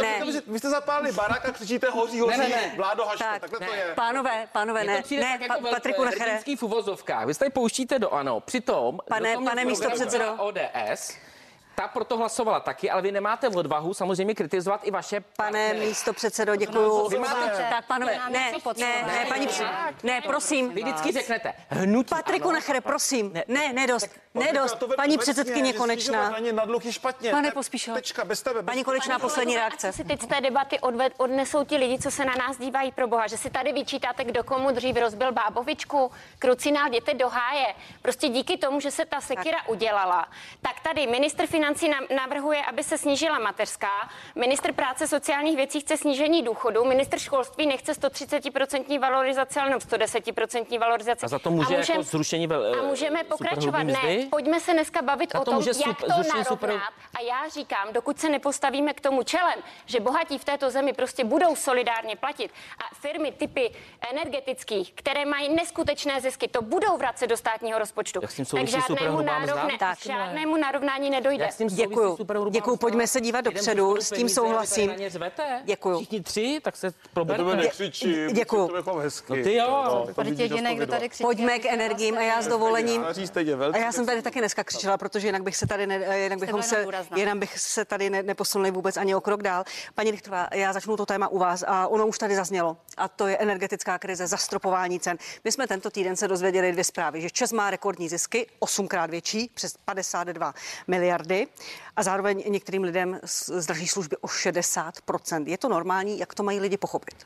Vy jste zapálili barák a křičíte hoří, hoří, vládo haško, takhle to je.
Pánové, pánové, ne, ne, Patriku Nachere.
V uvozovkách. Vy jste pouštíte do ANO. Přitom
pane místopředsedo
O D S, ta proto hlasovala taky, ale vy nemáte odvahu samozřejmě kritizovat i vaše...
Pane místopředsedo, děkuju.
Vy máte...
Tak, pánové, ne, ne, ne, paní, ne, prosím.
Vy vždycky řeknete, hnutí
Patriku Nachere, prosím. Ne, ne, dost, ne, dost. Paní předsedkyně Konečná.
Na dluh je špatně.
Pane Pospíšile. Paní Konečná, poslední reakce.
Si teď z té debaty odved, odnesou ti lidi, co se na nás dívají, pro boha, že si tady vyčítáte, kdo komu dřív rozbil bábovičku, krucinál, jděte do háje. Prostě díky tomu, že se ta sekira udělala, tak tady ministr financí navrhuje, aby se snížila mateřská, ministr práce sociálních věcí chce snížení důchodu, ministr školství nechce sto třicet procent valorizace, ale sto deset procent valorizace.
A za to může a můžem, jako zrušení vel,
a můžeme pokračovat. Ne, pojďme se dneska bavit o tom,
jak
to narovnat. Super... A já říkám, dokud se nepostavíme k tomu čelem, že bohatí v této zemi prostě budou solidárně platit a firmy typy energetických, které mají neskutečné zisky, to budou vracet do státního rozpočtu. Tak žádnému, narovne, tak. žádnému narovnání nedojde.
Děkuju. Děkuju, pojďme se dívat dopředu, s tím souhlasím. Děkuju.
Všichni tři, tak se proberete.
Děkuju.
No ty jo.
Pojďme k energiím a já s dovolením. A já jsem tady taky dneska křičela, protože jinak bych se tady ne, jinak bychom se, jinak bych se tady ne, neposunuli vůbec ani o krok dál. Paní Richterová, já začnu to téma u vás a ono už tady zaznělo. A to je energetická krize, zastropování cen. My jsme tento týden se dozvěděli dvě zprávy, že ČEZ má rekordní zisky, osmkrát větší, přes padesát dva miliardy. A zároveň některým lidem zdraží služby o šedesát procent. Je to normální? Jak to mají lidi pochopit?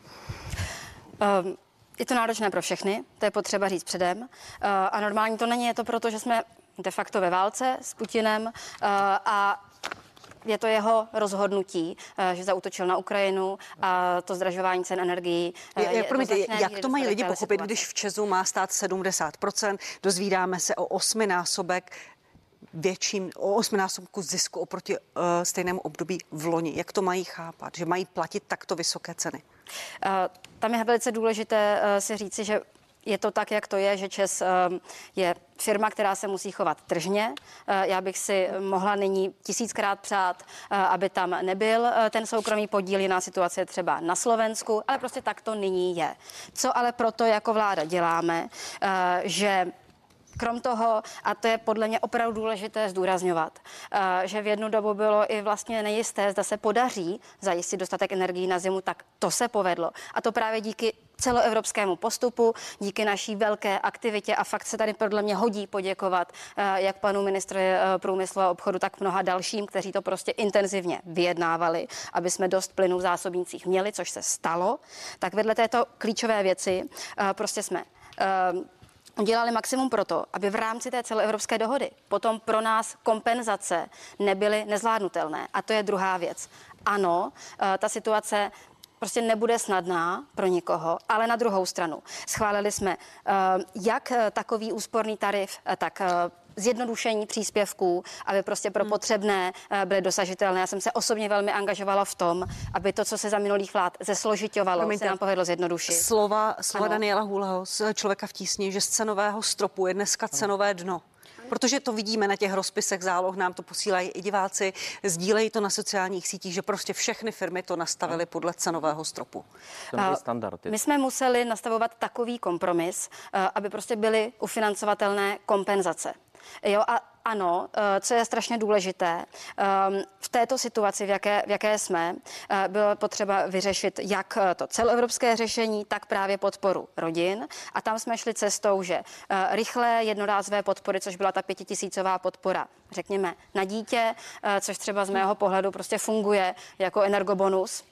Um, je to náročné pro všechny, to je potřeba říct předem. Uh, a normální to není, je to proto, že jsme de facto ve válce s Putinem uh, a je to jeho rozhodnutí, že zaútočil na Ukrajinu a to zdražování cen energií.
Je, je, promiňte, jak to mají lidi pochopit, situace. Když v ČEZu má stát sedmdesát procent, dozvídáme se o osminásobek větším, o osminásobku zisku oproti uh, stejnému období v loni. Jak to mají chápat, že mají platit takto vysoké ceny?
Uh, tam je velice důležité uh, si říci, že je to tak, jak to je, že ČEZ je firma, která se musí chovat tržně. Já bych si mohla nyní tisíckrát přát, aby tam nebyl ten soukromý podíl, jiná situace třeba na Slovensku, ale prostě tak to nyní je. Co ale proto jako vláda děláme, že krom toho, a to je podle mě opravdu důležité zdůrazňovat, že v jednu dobu bylo i vlastně nejisté, zda se podaří zajistit dostatek energií na zimu, tak to se povedlo. A to právě díky celoevropskému postupu, díky naší velké aktivitě a fakt se tady podle mě hodí poděkovat jak panu ministru průmyslu a obchodu, tak mnoha dalším, kteří to prostě intenzivně vyjednávali, aby jsme dost plynu v zásobnících měli, což se stalo. Tak vedle této klíčové věci prostě jsme udělali maximum pro to, aby v rámci té celoevropské dohody potom pro nás kompenzace nebyly nezvládnutelné. A to je druhá věc. Ano, ta situace prostě nebude snadná pro nikoho, ale na druhou stranu schválili jsme jak takový úsporný tarif, tak zjednodušení příspěvků, aby prostě pro potřebné byly dosažitelné. Já jsem se osobně velmi angažovala v tom, aby to, co se za minulých vlád zesložiťovalo, Promiňte, se nám povedlo zjednodušit.
Slova, slova Daniela Hůleho z Člověka v tísni, že z cenového stropu je dneska cenové dno. Protože to vidíme na těch rozpisech záloh, nám to posílají i diváci, sdílejí to na sociálních sítích, že prostě všechny firmy to nastavily podle cenového stropu.
Standardy. My jsme museli nastavovat takový kompromis, aby prostě byly ufinancovatelné kompenzace. Jo, a ano, co je strašně důležité, v této situaci, v jaké, v jaké jsme, bylo potřeba vyřešit jak to celoevropské řešení, tak právě podporu rodin. A tam jsme šli cestou, že rychlé jednorázové podpory, což byla ta pětitisícová podpora, řekněme, na dítě, což třeba z mého pohledu prostě funguje jako energobonus.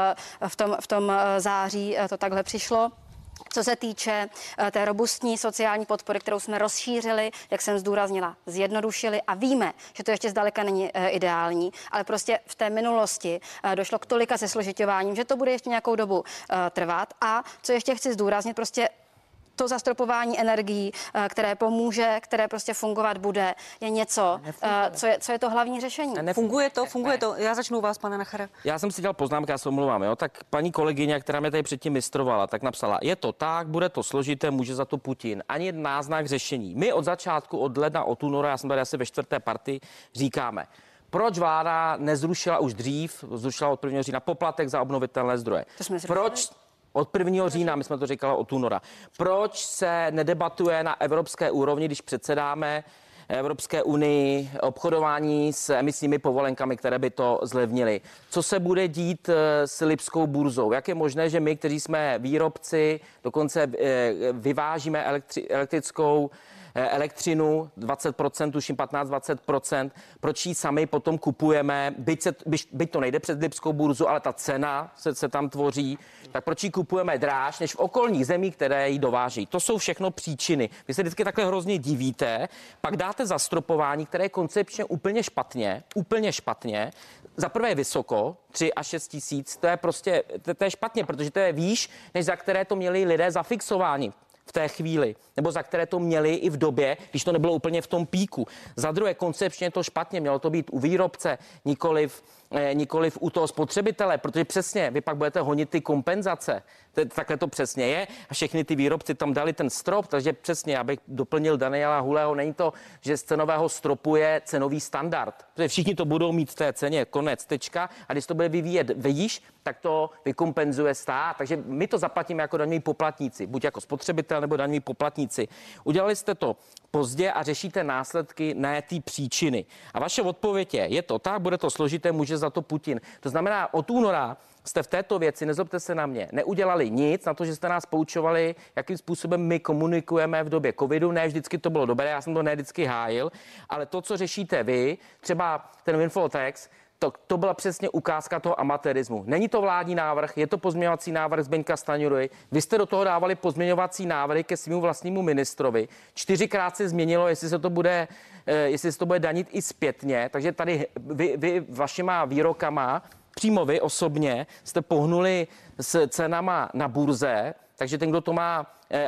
V tom, v tom září to takhle přišlo. Co se týče té robustní sociální podpory, kterou jsme rozšířili, jak jsem zdůraznila, zjednodušili a víme, že to ještě zdaleka není ideální, ale prostě v té minulosti došlo k tolika zesložiťováním, že to bude ještě nějakou dobu trvat. A co ještě chci zdůraznit, prostě to zastropování energií, které pomůže, které prostě fungovat bude, je něco, co je, co je to hlavní řešení.
Ne, funguje to, funguje ne. to. Já začnu vás, pane Nachere.
Já jsem si dělal poznámky, já se omlouvám, jo. Tak paní kolegyně, která mě tady předtím mistrovala, tak napsala, je to tak, bude to složité, může za to Putin. Ani náznak řešení. My od začátku, od ledna, od února, já jsem tady asi ve čtvrté partii, říkáme, proč vláda nezrušila už dřív, zrušila od prvního října poplatek za obnovitelné zdroje. Proč? Od prvního října, my jsme to říkali od února. Proč se nedebatuje na evropské úrovni, když předsedáme Evropské unii obchodování s emisními povolenkami, které by to zlevnily? Co se bude dít s lipskou burzou? Jak je možné, že my, kteří jsme výrobci, dokonce vyvážíme elektri- elektrickou elektřinu dvacet procent, tuším patnáct dvacet procent, proč ji sami potom kupujeme, byť, se, byť, byť to nejde přes lipskou burzu, ale ta cena se, se tam tvoří, tak proč ji kupujeme dráž než v okolních zemích, které ji dováží. To jsou všechno příčiny. Vy se vždycky takhle hrozně divíte, pak dáte zastropování, které je koncepčně úplně špatně, úplně špatně. Za prvé je vysoko, tři až šest tisíc, to je prostě, to, to je špatně, protože to je výš, než za které to měli lidé zafixováni v té chvíli, nebo za které to měli i v době, když to nebylo úplně v tom píku. Za druhé, koncepčně to špatně, mělo to být u výrobce, nikoliv, eh, nikoliv u toho spotřebitele, protože přesně vy pak budete honit ty kompenzace. Takhle to přesně je a všechny ty výrobci tam dali ten strop, takže přesně, abych doplnil Daniela Hůleho, není to, že z cenového stropu je cenový standard, protože všichni to budou mít v té ceně, konec, tečka, a když to bude vyvíjet výš, tak to vykompenzuje stát, takže my to zaplatíme jako daňoví poplatníci, buď jako spotřebitel nebo daňoví poplatníci. Udělali jste to pozdě a řešíte následky, ne ty příčiny. A vaše odpověď je, je to tak, bude to složité, může za to Putin. To znamená, od února jste v této věci, nezlobte se na mě, neudělali nic na to, že jste nás poučovali, jakým způsobem my komunikujeme v době covidu. Ne vždycky to bylo dobré, já jsem to ne vždycky hájil, ale to, co řešíte vy, třeba ten Windfall-tax, To, to byla přesně ukázka toho amatérismu. Není to vládní návrh, je to pozměňovací návrh Zbyňka Stanjury. Vy jste do toho dávali pozměňovací návrhy ke svému vlastnímu ministrovi. Čtyřikrát se změnilo, jestli se to bude, jestli se to bude danit i zpětně. Takže tady vy, vy vašima výrokama, přímo vy osobně, jste pohnuli s cenama na burze, takže ten, kdo to má,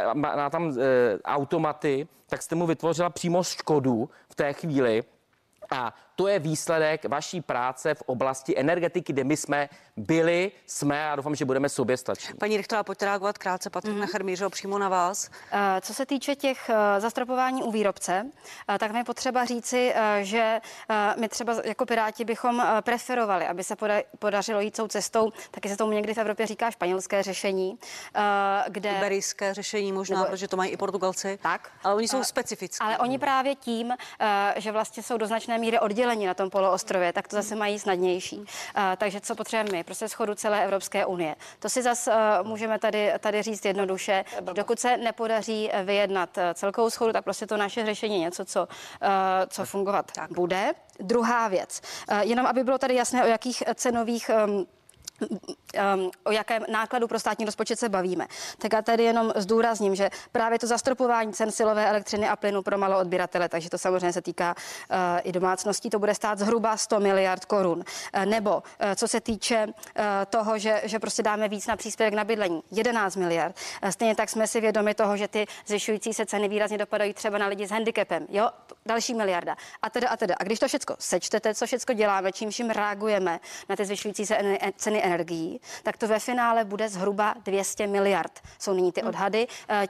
má tam automaty, tak jste mu vytvořila přímo škodu v té chvíli. A to je výsledek vaší práce v oblasti energetiky, kde my jsme byli, jsme a doufám, že budeme soběstační.
Paní Richterová, pojďte reagovat krátce, Patrik mm. Nacher mířil přímo na vás.
Co se týče těch zastropování u výrobce, tak mi potřeba říci, že my třeba jako Piráti bychom preferovali, aby se podařilo jít tou cestou, taky se tomu někdy v Evropě říká španělské řešení, kde...
Iberijské řešení možná, nebo... protože to mají i Portugalci.
Tak.
Ale oni jsou specifické.
Ale oni právě tím, že vlastně jsou do značné míry oddělení na tom poloostrově, tak to zase mají snadnější. Uh, takže co potřebujeme my? Prostě shodu celé Evropské unie. To si zase uh, můžeme tady, tady říct jednoduše. Dokud se nepodaří vyjednat celkovou shodu, tak prostě to naše řešení je něco, co, uh, co fungovat tak bude. Druhá věc. Uh, jenom aby bylo tady jasné, o jakých cenových um, Um, o jakém nákladu pro státní rozpočet se bavíme. Tak já tady jenom zdůrazním, že právě to zastropování cen silové elektřiny a plynu pro maloodběratele, takže to samozřejmě se týká uh, i domácností, to bude stát zhruba sto miliard korun. Uh, nebo uh, co se týče uh, toho, že, že prostě dáme víc na příspěvek na bydlení, jedenáct miliard. Uh, stejně tak jsme si vědomi toho, že ty zvyšující se ceny výrazně dopadají třeba na lidi s handicapem. Jo, další miliarda a teda a teda. A když to všechno sečtete, co všechno děláme, čím vším reagujeme na ty zvyšující se ceny energií, tak to ve finále bude zhruba dvě stě miliard. Jsou nyní ty odhady.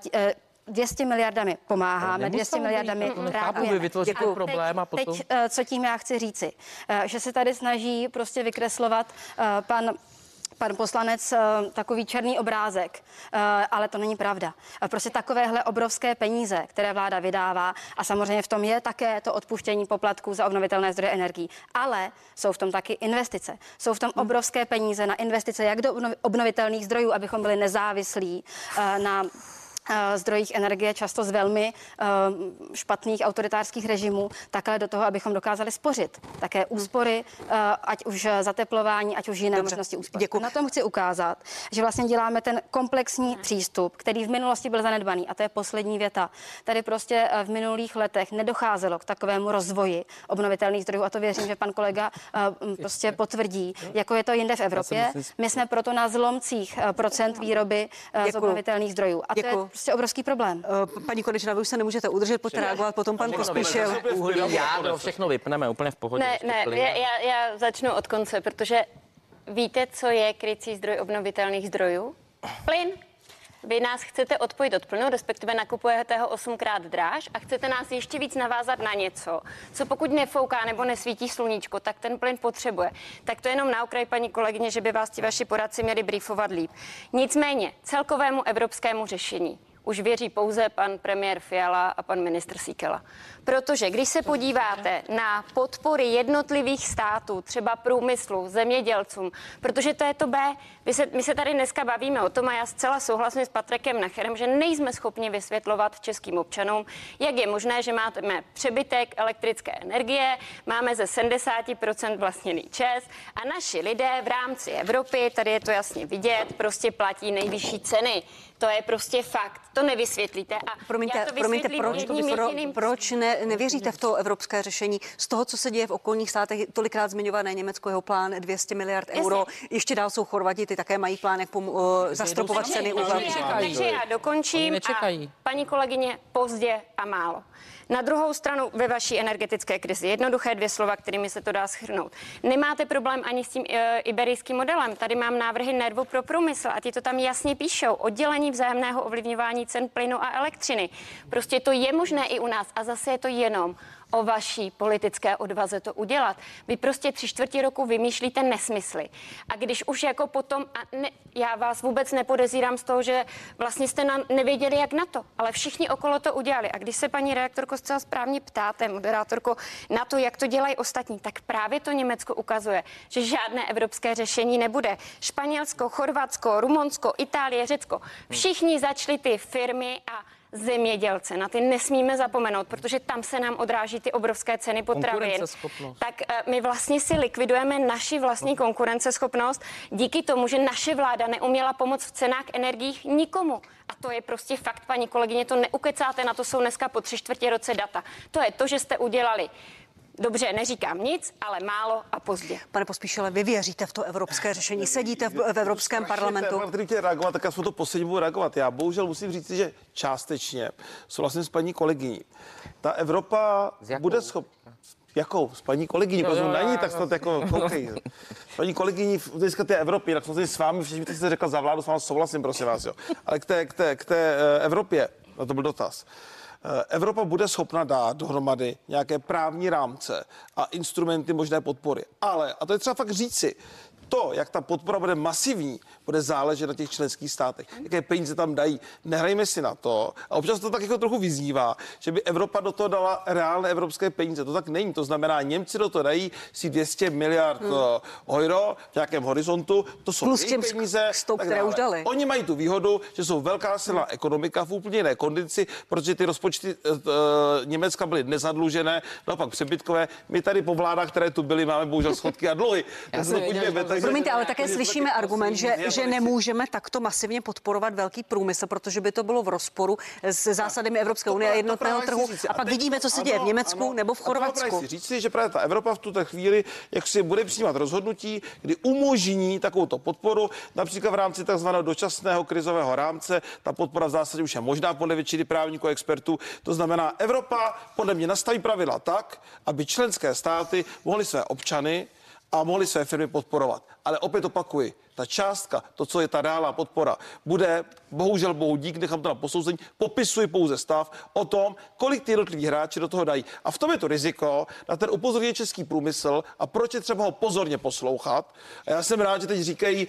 dvě stě miliardami pomáháme, dvě stě miliardami reagujeme.
Vy vytvoříte problém a potom...
Teď, co tím já chci říci, že se tady snaží prostě vykreslovat pan pan poslanec takový černý obrázek, ale to není pravda. Prostě takovéhle obrovské peníze, které vláda vydává, a samozřejmě v tom je také to odpuštění poplatků za obnovitelné zdroje energií, ale jsou v tom taky investice. Jsou v tom obrovské peníze na investice jak do obnovitelných zdrojů, abychom byli nezávislí na zdrojích energie, často z velmi uh, špatných autoritářských režimů, takhle do toho, abychom dokázali spořit. Také úspory, uh, ať už zateplování, ať už jiné
Dobře,
možnosti úspor.
děkuji.
Na tom chci ukázat, že vlastně děláme ten komplexní přístup, který v minulosti byl zanedbaný. A to je poslední věta. Tady prostě v minulých letech nedocházelo k takovému rozvoji obnovitelných zdrojů a to věřím, že pan kolega uh, prostě potvrdí, jako je to jinde v Evropě. My jsme proto na zlomcích procent výroby uh, z obnovitelných zdrojů. A to je prostě obrovský problém.
Paní Konečná, vy už se nemůžete udržet, pojďte reagovat, potom pan Pospíšil.
Uhlí, jádro, všechno vypneme úplně v pohodě.
Ne, ne, já, já, já začnu od konce, protože víte, co je krycí zdroj obnovitelných zdrojů? Plyn. Vy nás chcete odpojit od plynu, respektive nakupujete ho osmkrát dráž a chcete nás ještě víc navázat na něco, co pokud nefouká nebo nesvítí sluníčko, tak ten plyn potřebuje. Tak to je jenom na okraj, paní kolegyně, že by vás ti vaši poradci měli briefovat líp. Nicméně celkovému evropskému řešení už věří pouze pan premiér Fiala a pan ministr Síkela. Protože když se podíváte na podpory jednotlivých států, třeba průmyslu, zemědělcům, protože to je to B, my se, my se tady dneska bavíme o tom a já zcela souhlasím s Patrikem Nacherem, že nejsme schopni vysvětlovat českým občanům, jak je možné, že máme přebytek elektrické energie, máme ze sedmdesát procent vlastněný ČEZ a naši lidé v rámci Evropy, tady je to jasně vidět, prostě platí nejvyšší ceny. To je prostě fakt. To nevysvětlíte. A
promiňte,
já to
promiňte proč,
jedním
pro,
jediným...
proč ne, nevěříte v to evropské řešení? Z toho, co se děje v okolních státech, tolikrát zmiňované Německo, jeho plán dvě stě miliard euro. Ještě dál jsou Chorvati, ty také mají plán, jak pom- uh, zastropovat ceny.
Takže já dokončím. A paní kolegyně, pozdě a málo. Na druhou stranu ve vaší energetické krizi, jednoduché dvě slova, kterými se to dá shrnout. Nemáte problém ani s tím e, iberijským modelem. Tady mám návrhy Nervu pro průmysl a ti to tam jasně píšou. Oddělení vzájemného ovlivňování cen plynu a elektřiny. Prostě to je možné i u nás a zase je to jenom o vaší politické odvaze to udělat. Vy prostě tři čtvrtě roku vymýšlíte nesmysly. A když už jako potom, a ne, já vás vůbec nepodezírám z toho, že vlastně jste na, nevěděli, jak na to, ale všichni okolo to udělali. A když se paní redaktorko zcela správně ptáte, moderátorko, na to, jak to dělají ostatní, tak právě to Německo ukazuje, že žádné evropské řešení nebude. Španělsko, Chorvatsko, Rumunsko, Itálie, Řecko, všichni začali ty firmy a zemědělce. Na ty nesmíme zapomenout, protože tam se nám odráží ty obrovské ceny potravin. Tak uh, my vlastně si likvidujeme naši vlastní konkurenceschopnost díky tomu, že naše vláda neuměla pomoct v cenách energií nikomu. A to je prostě fakt, paní kolegyně, to neukecáte, na to jsou dneska po tři čtvrtě roce data. To je to, že jste udělali. Dobře, neříkám nic, ale málo a pozdě.
Pane Pospíšile, vy věříte v to evropské řešení? Sedíte v, v Evropském parlamentu?
Téma, který chtěl reagovat, tak já jsem to poslední budu reagovat. Já bohužel musím říct, že částečně souhlasím s paní kolegyní. Ta Evropa bude schopná. Jakou? S paní kolegyní, protože na ní, tak snad jako koukej. S paní kolegyní v dneska té Evropě, tak samozřejmě s vámi, všichni, kteří jste řekla za vládu, s vámi souhlasím, prosím vás, jo. Ale k té, k té, k té Evropě, no to byl dotaz. Evropa bude schopna dát dohromady nějaké právní rámce a instrumenty možné podpory. Ale, a to je třeba fakt říci, to, jak ta podpora bude masivní, bude záležet na těch členských státech. Jaké peníze tam dají. Nehrajme si na to. A občas to tak jako trochu vyznívá, že by Evropa do toho dala reálné evropské peníze. To tak není. To znamená, Němci do toho dají si dvě stě miliard hmm. euro v nějakém horizontu. To jsou
plus těm
peníze.
Sto, které už dali.
Oni mají tu výhodu, že jsou velká silná ekonomika v úplně jiné kondici, protože ty rozpočty uh, Německa byly nezadlužené, naopak přebytkové. My tady po vládách, které tu byly, máme bohužel schodky a dluhy.
Promiňte, ale také slyšíme argument, že, že nemůžeme takto masivně podporovat velký průmysl, protože by to bylo v rozporu s zásadami Evropské unie a jednotného trhu. A pak vidíme, co se děje v Německu nebo v Chorvatsku.
Říct si, že právě ta Evropa v tuto chvíli, jak si bude přijímat rozhodnutí, kdy umožní takovouto podporu, například v rámci takzvaného dočasného krizového rámce. Ta podpora v zásadě už je možná podle většiny právníků a expertů, To znamená, Evropa podle mě nastaví pravidla tak, aby členské státy mohly své občany a mohli své firmy podporovat. Ale opět opakuji, ta částka, to, co je ta reálná podpora, bude, bohužel bohu dík, nechám to na posouzení, popisuji pouze stav o tom, kolik ty jednotliví hráči do toho dají. A v tom je to riziko, na ten upozorňuje český průmysl a proč je třeba ho pozorně poslouchat. A já jsem rád, že teď říkají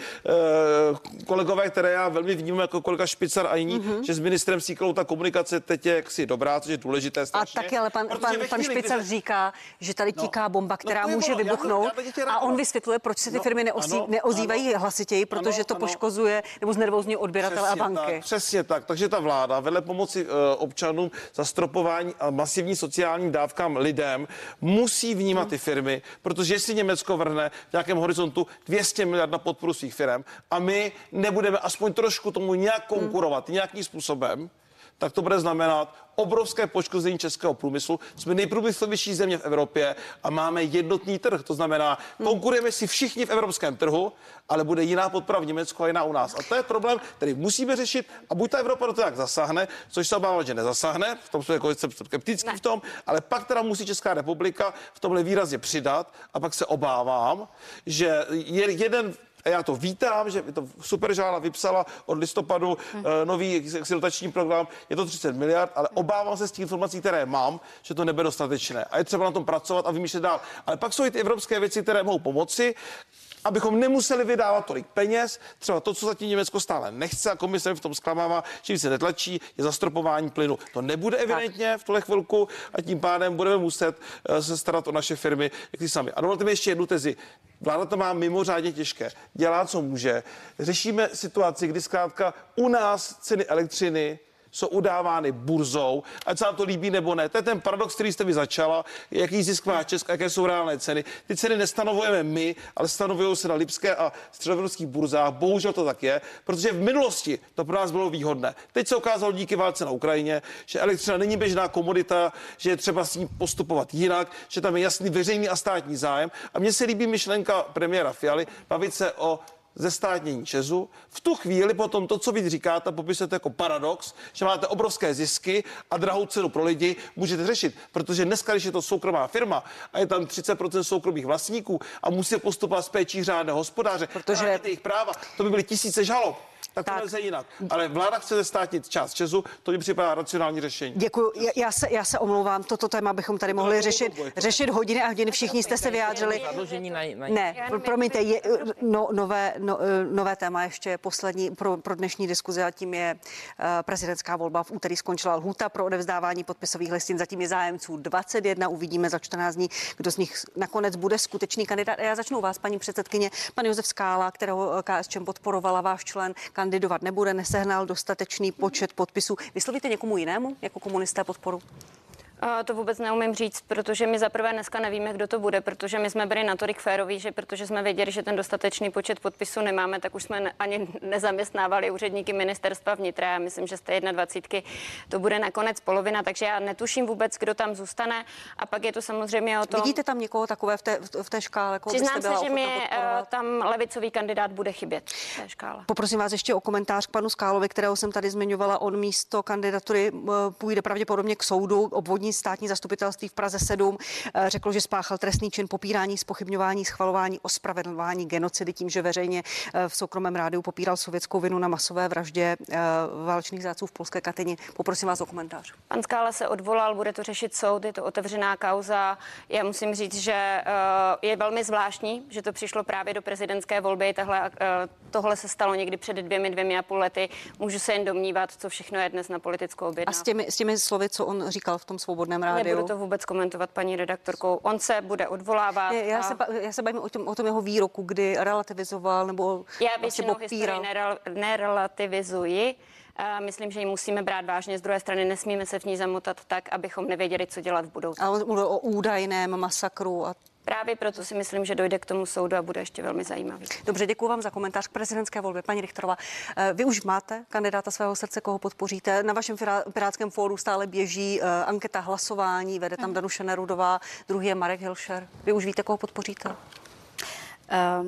e, kolegové, které já velmi vnímám jako kolega Špicar a jiní, mm-hmm. že s ministrem Síkelou ta komunikace teď je jaksi dobrá, což je důležité strašně.
A taky, ale pan, pan, pan Špicar se... říká, že tady tíká bomba, která no, může vybuchnout a on vysvětluje, proč se ty no, firmy neosí, ano, neozývají ano, hlasitěji, protože ano, to ano. poškozuje nebo znervózní odběratele a banky.
Tak, přesně tak. Takže ta vláda vedle pomoci uh, občanům zastropování a masivní sociální dávkám lidem musí vnímat hmm. ty firmy, protože jestli Německo vrhne v nějakém horizontu dvě stě miliard na podporu svých firm a my nebudeme aspoň trošku tomu nějak konkurovat hmm. nějakým způsobem, tak to bude znamenat obrovské poškození českého průmyslu. Jsme nejprůmyslovější země v Evropě a máme jednotný trh. To znamená, konkurujeme si všichni v evropském trhu, ale bude jiná podpora v Německu a jiná u nás. A to je problém, který musíme řešit a buď ta Evropa do toho jak zasáhne, což se obávám, že nezasáhne, v tom jsme jako skeptický v tom, ale pak teda musí Česká republika v tomhle výrazně přidat a pak se obávám, že je jeden. A já to vítám, že to Superžála vypsala od listopadu hmm. uh, nový dotační program, je to třicet miliard, ale obávám se z těch informací, které mám, že to nebude dostatečné. A je třeba na tom pracovat a vymýšlet dál. Ale pak jsou i ty evropské věci, které mohou pomoci, abychom nemuseli vydávat tolik peněz. Třeba to, co zatím Německo stále nechce a komise v tom zklamává, že se netlačí, je zastropování plynu. To nebude evidentně v tuhle chvilku a tím pádem budeme muset uh, se starat o naše firmy, jak ty sami. A dovolte mi ještě jednu tezi. Vláda to má mimořádně těžké. Dělá, co může. Řešíme situaci, kdy zkrátka u nás ceny elektřiny jsou udávány burzou, ať se nám to líbí nebo ne. To je ten paradox, který jste vy začala, jaký zisk má Česko, jaké jsou reálné ceny. Ty ceny nestanovujeme my, ale stanovují se na lipské a středoevropských burzách. Bohužel to tak je, protože v minulosti to pro nás bylo výhodné. Teď se ukázalo díky válce na Ukrajině, že elektřina není běžná komodita, že je třeba s ní postupovat jinak, že tam je jasný veřejný a státní zájem. A mně se líbí myšlenka premiéra Fialy bavit se o zestátnění ČEZu. V tu chvíli potom to, co vy říkáte, popisujete jako paradox, že máte obrovské zisky a drahou cenu pro lidi, můžete řešit, protože dneska, když je to soukromá firma a je tam třicet procent soukromých vlastníků a musí postupovat s péčí řádného hospodáře, protože jejich práva, to by byly tisíce žalob. Tak to nelze jinak. Ale vláda chce zestátnit část ČEZu, to mi připadá racionální řešení.
Děkuji. Já, já, se, já se omlouvám, toto téma bychom tady mohli řešit, řešit hodiny a hodiny. Všichni jste se vyjádřili. Ne, promiňte, je, no, nové, no, nové téma ještě poslední pro, pro dnešní diskuzi a tím je uh, prezidentská volba. V úterý skončila lhůta pro odevzdávání podpisových listin. Zatím je zájemců dvacet jedna. Uvidíme za čtrnáct dní, kdo z nich nakonec bude skutečný kandidát. A já začnu u vás, paní předsedkyně. Pan Josef Skála, kterého KSČM podporovala, váš člen, kandidovat nebude, nesehnal dostatečný počet podpisů. Vyslovíte někomu jinému jako komunisté podporu?
To vůbec neumím říct, protože my zaprvé dneska nevíme, kdo to bude, protože my jsme byli natolik féroví, že protože jsme věděli, že ten dostatečný počet podpisů nemáme, tak už jsme ne, ani nezaměstnávali úředníky ministerstva vnitra. Já myslím, že z té dvacítky to bude nakonec polovina, takže já netuším vůbec, kdo tam zůstane. A pak je to samozřejmě o tom...
Vidíte tam někoho takové v té, v té škále?
Přiznám se, že mi tam levicový kandidát bude chybět v té škále.
Poprosím vás ještě o komentář k panu Skálovi, kterého jsem tady zmiňovala. On místo kandidatury půjde pravděpodobně k soudu. Obvodní státní zastupitelství v Praze sedm řeklo, že spáchal trestný čin popírání, zpochybňování, schvalování, ospravedlňování genocidy tím, že veřejně v soukromém rádiu popíral sovětskou vinu na masové vraždě válečných zrádců v polské Katyni. Poprosím vás o komentář.
Pan Skála se odvolal, bude to řešit soud, je to otevřená kauza. Já musím říct, že je velmi zvláštní, že to přišlo právě do prezidentské volby. Tahle, tohle se stalo někdy před dvěmi, dvěmi a půl lety. Můžu se jen domnívat, co všechno je dnes na politickou objednávku.
A s těmi, s těmi slovy, co on říkal v tom svobodném rádiu?
Nebudu to vůbec komentovat, paní redaktorkou. On se bude odvolávat.
Je, já,
a...
se, já se bavím o tom, o tom jeho výroku, kdy relativizoval nebo
já většinou historii nerel, nerelativizuji. Uh, myslím, že ji musíme brát vážně. Z druhé strany nesmíme se v ní zamotat tak, abychom nevěděli, co dělat v budoucnu.
Ale on mluvil o údajném masakru a
právě proto si myslím, že dojde k tomu soudu a bude ještě velmi zajímavý.
Dobře, děkuji vám za komentář k prezidentské volbě. Paní Richterová, vy už máte kandidáta svého srdce, koho podpoříte. Na vašem pirátském fóru stále běží uh, anketa hlasování, vede tam Danuše Nerudová, druhý je Marek Hilšer. Vy už víte, koho podpoříte?
Um.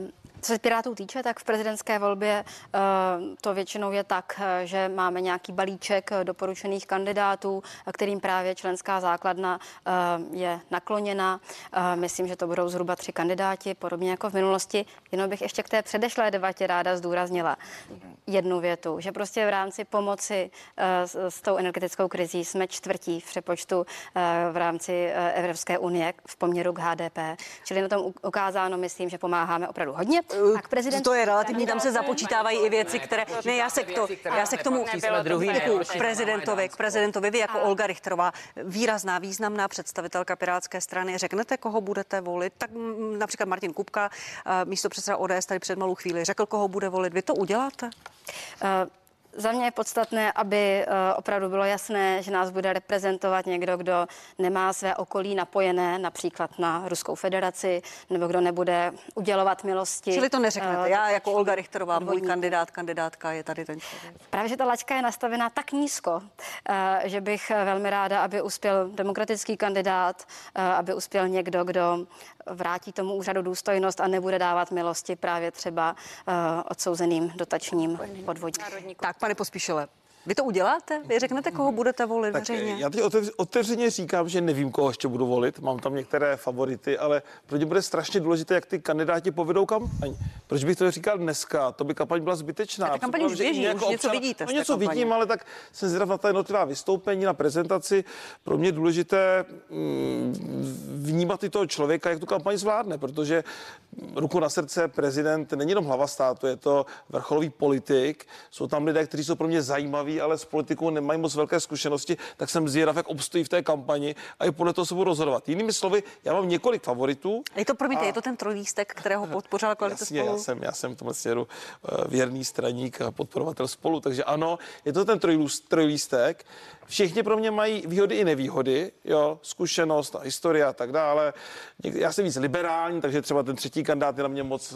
Co se Pirátů týče, tak v prezidentské volbě to většinou je tak, že máme nějaký balíček doporučených kandidátů, kterým právě členská základna je nakloněna. Myslím, že to budou zhruba tři kandidáti, podobně jako v minulosti. Jenom bych ještě k té předešlé debatě ráda zdůraznila jednu větu, že prostě v rámci pomoci s tou energetickou krizí jsme čtvrtí v přepočtu v rámci Evropské unie v poměru k H D P. Čili na tom ukázáno, myslím, že pomáháme opravdu hodně. A k prezidentu...
To je relativní, tam se započítávají i věci, které... Ne, já se, k to, já se k tomu... K prezidentovi, k prezidentovi, vy jako Olga Richterová, výrazná, významná představitelka Pirátské strany, řeknete, koho budete volit? Tak například Martin Kupka, místopředseda O D S, tady před malou chvíli řekl, koho bude volit. Vy to uděláte?
Uh... Za mě je podstatné, aby opravdu bylo jasné, že nás bude reprezentovat někdo, kdo nemá své okolí napojené například na Ruskou federaci, nebo kdo nebude udělovat milosti.
Čili to neřeknete. Já jako Olga Richterová, můj kandidát, kandidátka je tady ten člověk.
Právě, že ta laťka je nastavená tak nízko, že bych velmi ráda, aby uspěl demokratický kandidát, aby uspěl někdo, kdo vrátí tomu úřadu důstojnost a nebude dávat milosti právě třeba odsouzeným dotačním podvodníkům.
Tak, pane Pospíšile, vy to uděláte? Vy řeknete, koho budete volit
tak
veřejně?
Já teď otevř, otevřeně říkám, že nevím, koho ještě budu volit. Mám tam některé favority, ale pro mě bude strašně důležité, jak ty kandidáti povedou kampaň. Proč bych to říkal dneska? To by kampaň byla zbytečná.
Ta kampaň už běží,
jako
už něco
občan,
vidíte.
No, něco kampaně. Vidím, ale tak jsem zvědav na ta jednotlivá vystoupení, na prezentaci. Pro mě je důležité mm, vnímat i toho člověka, jak tu kampaň zvládne, protože ruku na srdce prezident není jenom hlava státu, je to vrcholový politik. Jsou tam lidé, kteří jsou pro mě zajímaví, ale s politikou nemají moc velké zkušenosti, tak jsem zvědav, jak obstojí v té kampani a i podle toho se budu rozhodovat. Jinými slovy, já mám několik favoritů.
Je to, promiňte, a... je to ten trojlístek, kterého podpořila koalice
Jasně,
Spolu?
Já jsem, já jsem v tomhle směru věrný straník a podporovatel Spolu, takže ano, je to ten trojlístek. Všichni pro mě mají výhody i nevýhody, jo, zkušenost a historie a tak dále. Já jsem víc liberální, takže třeba ten třetí kandidát je na mě moc uh,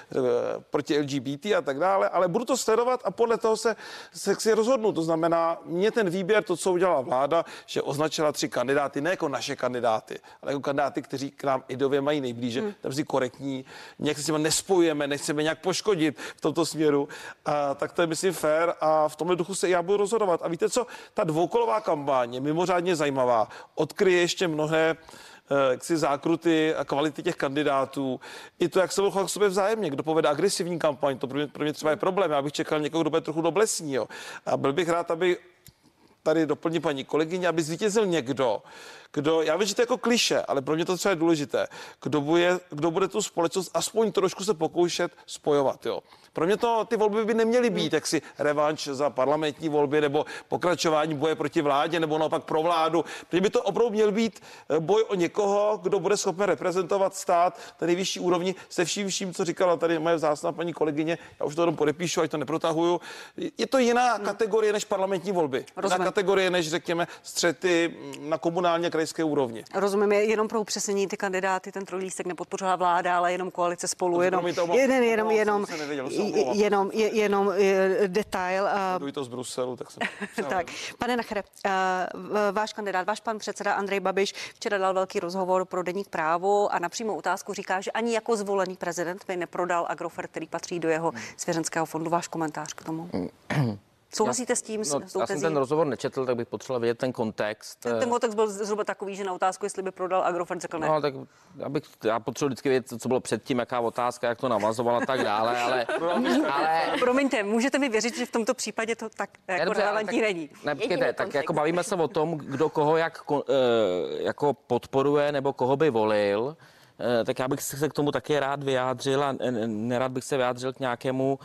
proti L G B T a tak dále, ale budu to sledovat a podle toho se, se si rozhodnu. To znamená, mě ten výběr, to, co udělala vláda, že označila tři kandidáty, ne jako naše kandidáty, ale jako kandidáty, kteří k nám ideově mají nejblíže, hmm. tam si korektní, nějak se s nimi nespojujeme, nechceme nějak poškodit v tomto směru, a, tak to je, myslím, fér a v tomhle duchu se já budu rozhodovat. A víte co, ta dvoukolová kampaň je mimořádně zajímavá, odkryje ještě mnohé jaksi zákruty a kvality těch kandidátů. I to, jak se budou k sobě vzájemně, kdo povede agresivní kampaň, to pro mě, pro mě třeba je problém. Já bych čekal někoho, kdo bude trochu doblesní. Jo. A byl bych rád, aby tady doplní paní kolegyně, aby zvítězil někdo, kdo, já vím, že to je jako kliše, ale pro mě to třeba je důležité, kdo bude, kdo bude tu společnost aspoň trošku se pokoušet spojovat. Jo. Pro mě to, ty volby by neměly být jaksi revanš za parlamentní volby nebo pokračování boje proti vládě nebo naopak pro vládu. Protože by to opravdu měl být boj o někoho, kdo bude schopen reprezentovat stát na nejvyšší úrovni se vším, vším, co říkala tady moje vzácná paní kolegyně. Já už to jenom podepíšu, ať to neprotahuju. Je to jiná hmm. kategorie než parlamentní volby. Rozumím. Jiná kategorie než, řekněme, střety na komunální a krajské úrovni.
Rozumím, jenom pro upřesnění ty kandidáty, ten trojlístek nepodpořila vláda, ale jenom koalice Spolu, jenom, jenom, jenom, jenom, jenom Jenom, je, jenom je, detail.
Jdu to z Bruselu, tak jsem...
tak, pane Nachere, váš kandidát, váš pan předseda Andrej Babiš včera dal velký rozhovor pro Deník Právo a na přímou otázku říká, že ani jako zvolený prezident by neprodal Agrofert, který patří do jeho svěřenského fondu. Váš komentář k tomu? Souhlasíte s tím?
No,
s tou
já jsem ten rozhovor nečetl, tak bych potřeboval vědět ten kontext.
Ten, ten kontext byl zhruba takový, že na otázku, jestli by prodal Agrofert, řekl ne.
No, tak já, bych, já potřebuji vždycky vědět, co bylo předtím, jaká otázka, jak to navazovala a tak dále, ale... ale...
Promiňte, můžete mi věřit, že v tomto případě to tak jako dobře, relevantní
tak,
není.
Ne, počkejte, tak jako bavíme se o tom, kdo koho jak jako podporuje nebo koho by volil, tak já bych se k tomu taky rád vyjádřil a nerad bych se vyjádřil k nějakému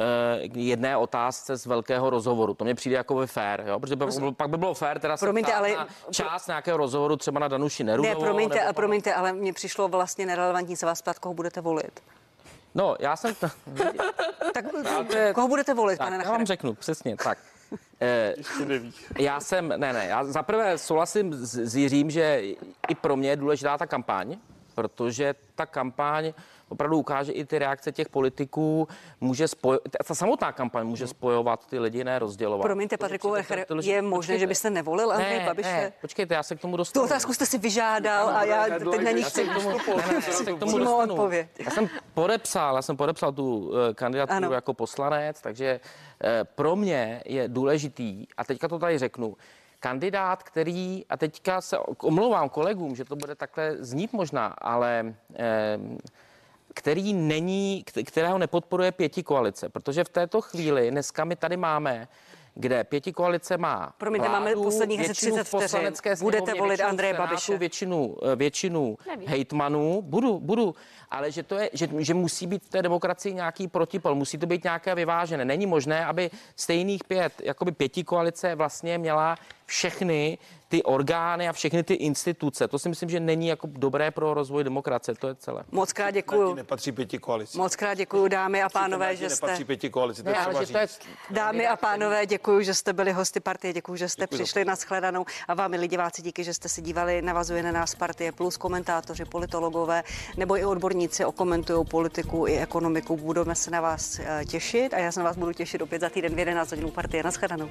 jedné otázce z velkého rozhovoru. To mně přijde jako by fér, jo? Protože pak by bylo fér teda se
promiňte, ale...
na část nějakého rozhovoru třeba na Danuši Nerudovou.
Ne, promiňte,
nebo...
promiňte, ale mně přišlo vlastně nerelevantní se vás ptát, koho budete volit.
No, já jsem... To...
tak koho budete volit,
tak,
pane Nachere?
Já vám řeknu, přesně, tak. Eh, já jsem, ne, ne, já zaprvé souhlasím s, s Jiřím, že i pro mě je důležitá ta kampaň, protože ta kampaň opravdu ukáže i ty reakce těch politiků, může spojovat, ta samotná kampaň může spojovat ty lidi, ne rozdělovat.
Promiňte, Patriku, je možné, že byste nevolil Andreje
ne,
Babiše?
Ne, počkejte, já se k tomu
Tu
dostanu.
otázku jste si vyžádal a já teď na ní chci odpověď.
Já jsem podepsal, já jsem podepsal tu uh, kandidaturu ano. jako poslanec, takže uh, pro mě je důležitý, a teďka to tady řeknu, kandidát, který, a teďka se omlouvám kolegům, že to bude takhle znít možná, ale eh, který není, kterého nepodporuje pětikoalice, protože v této chvíli dneska my tady máme, kde pětikoalice má
Promiňte,
vládu,
máme posledních asi třicet vteřin. Budete volit Andreje Babiše?
Většinu, většinu hejtmanů. Budu, budu. Ale že, to je, že, že musí být v té demokracii nějaký protipol, musí to být nějaké vyvážené. Není možné, aby stejných pět, jakoby pětikoalice vlastně měla všechny ty orgány a všechny ty instituce. To si myslím, že není jako dobré pro rozvoj demokracie. To je celé.
Moc krát děkuju.
Nepatří pětikoalici.
Moc krát děkuju, dámy a pánové, že jste...
Nepatří pětikoalici, to je třeba říct.
Dámy a pánové, děkuju, že jste byli hosty Partie, děkuju, že jste děkuju přišli na shledanou a vám, milí diváci, díky, že jste se dívali. Navazuje na nás Partie Plus, komentátoři, politologové nebo i odborníci okomentují politiku i ekonomiku. Budeme se na vás těšit a já se na vás budu těšit opět za týden v jedenáct hodin Partie. Na shledanou.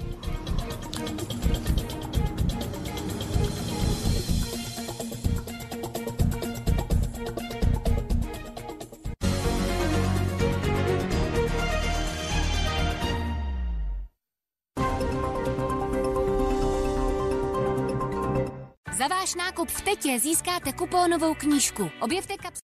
Za váš nákup v Tetě získáte kupónovou knížku. Objevte kapsu.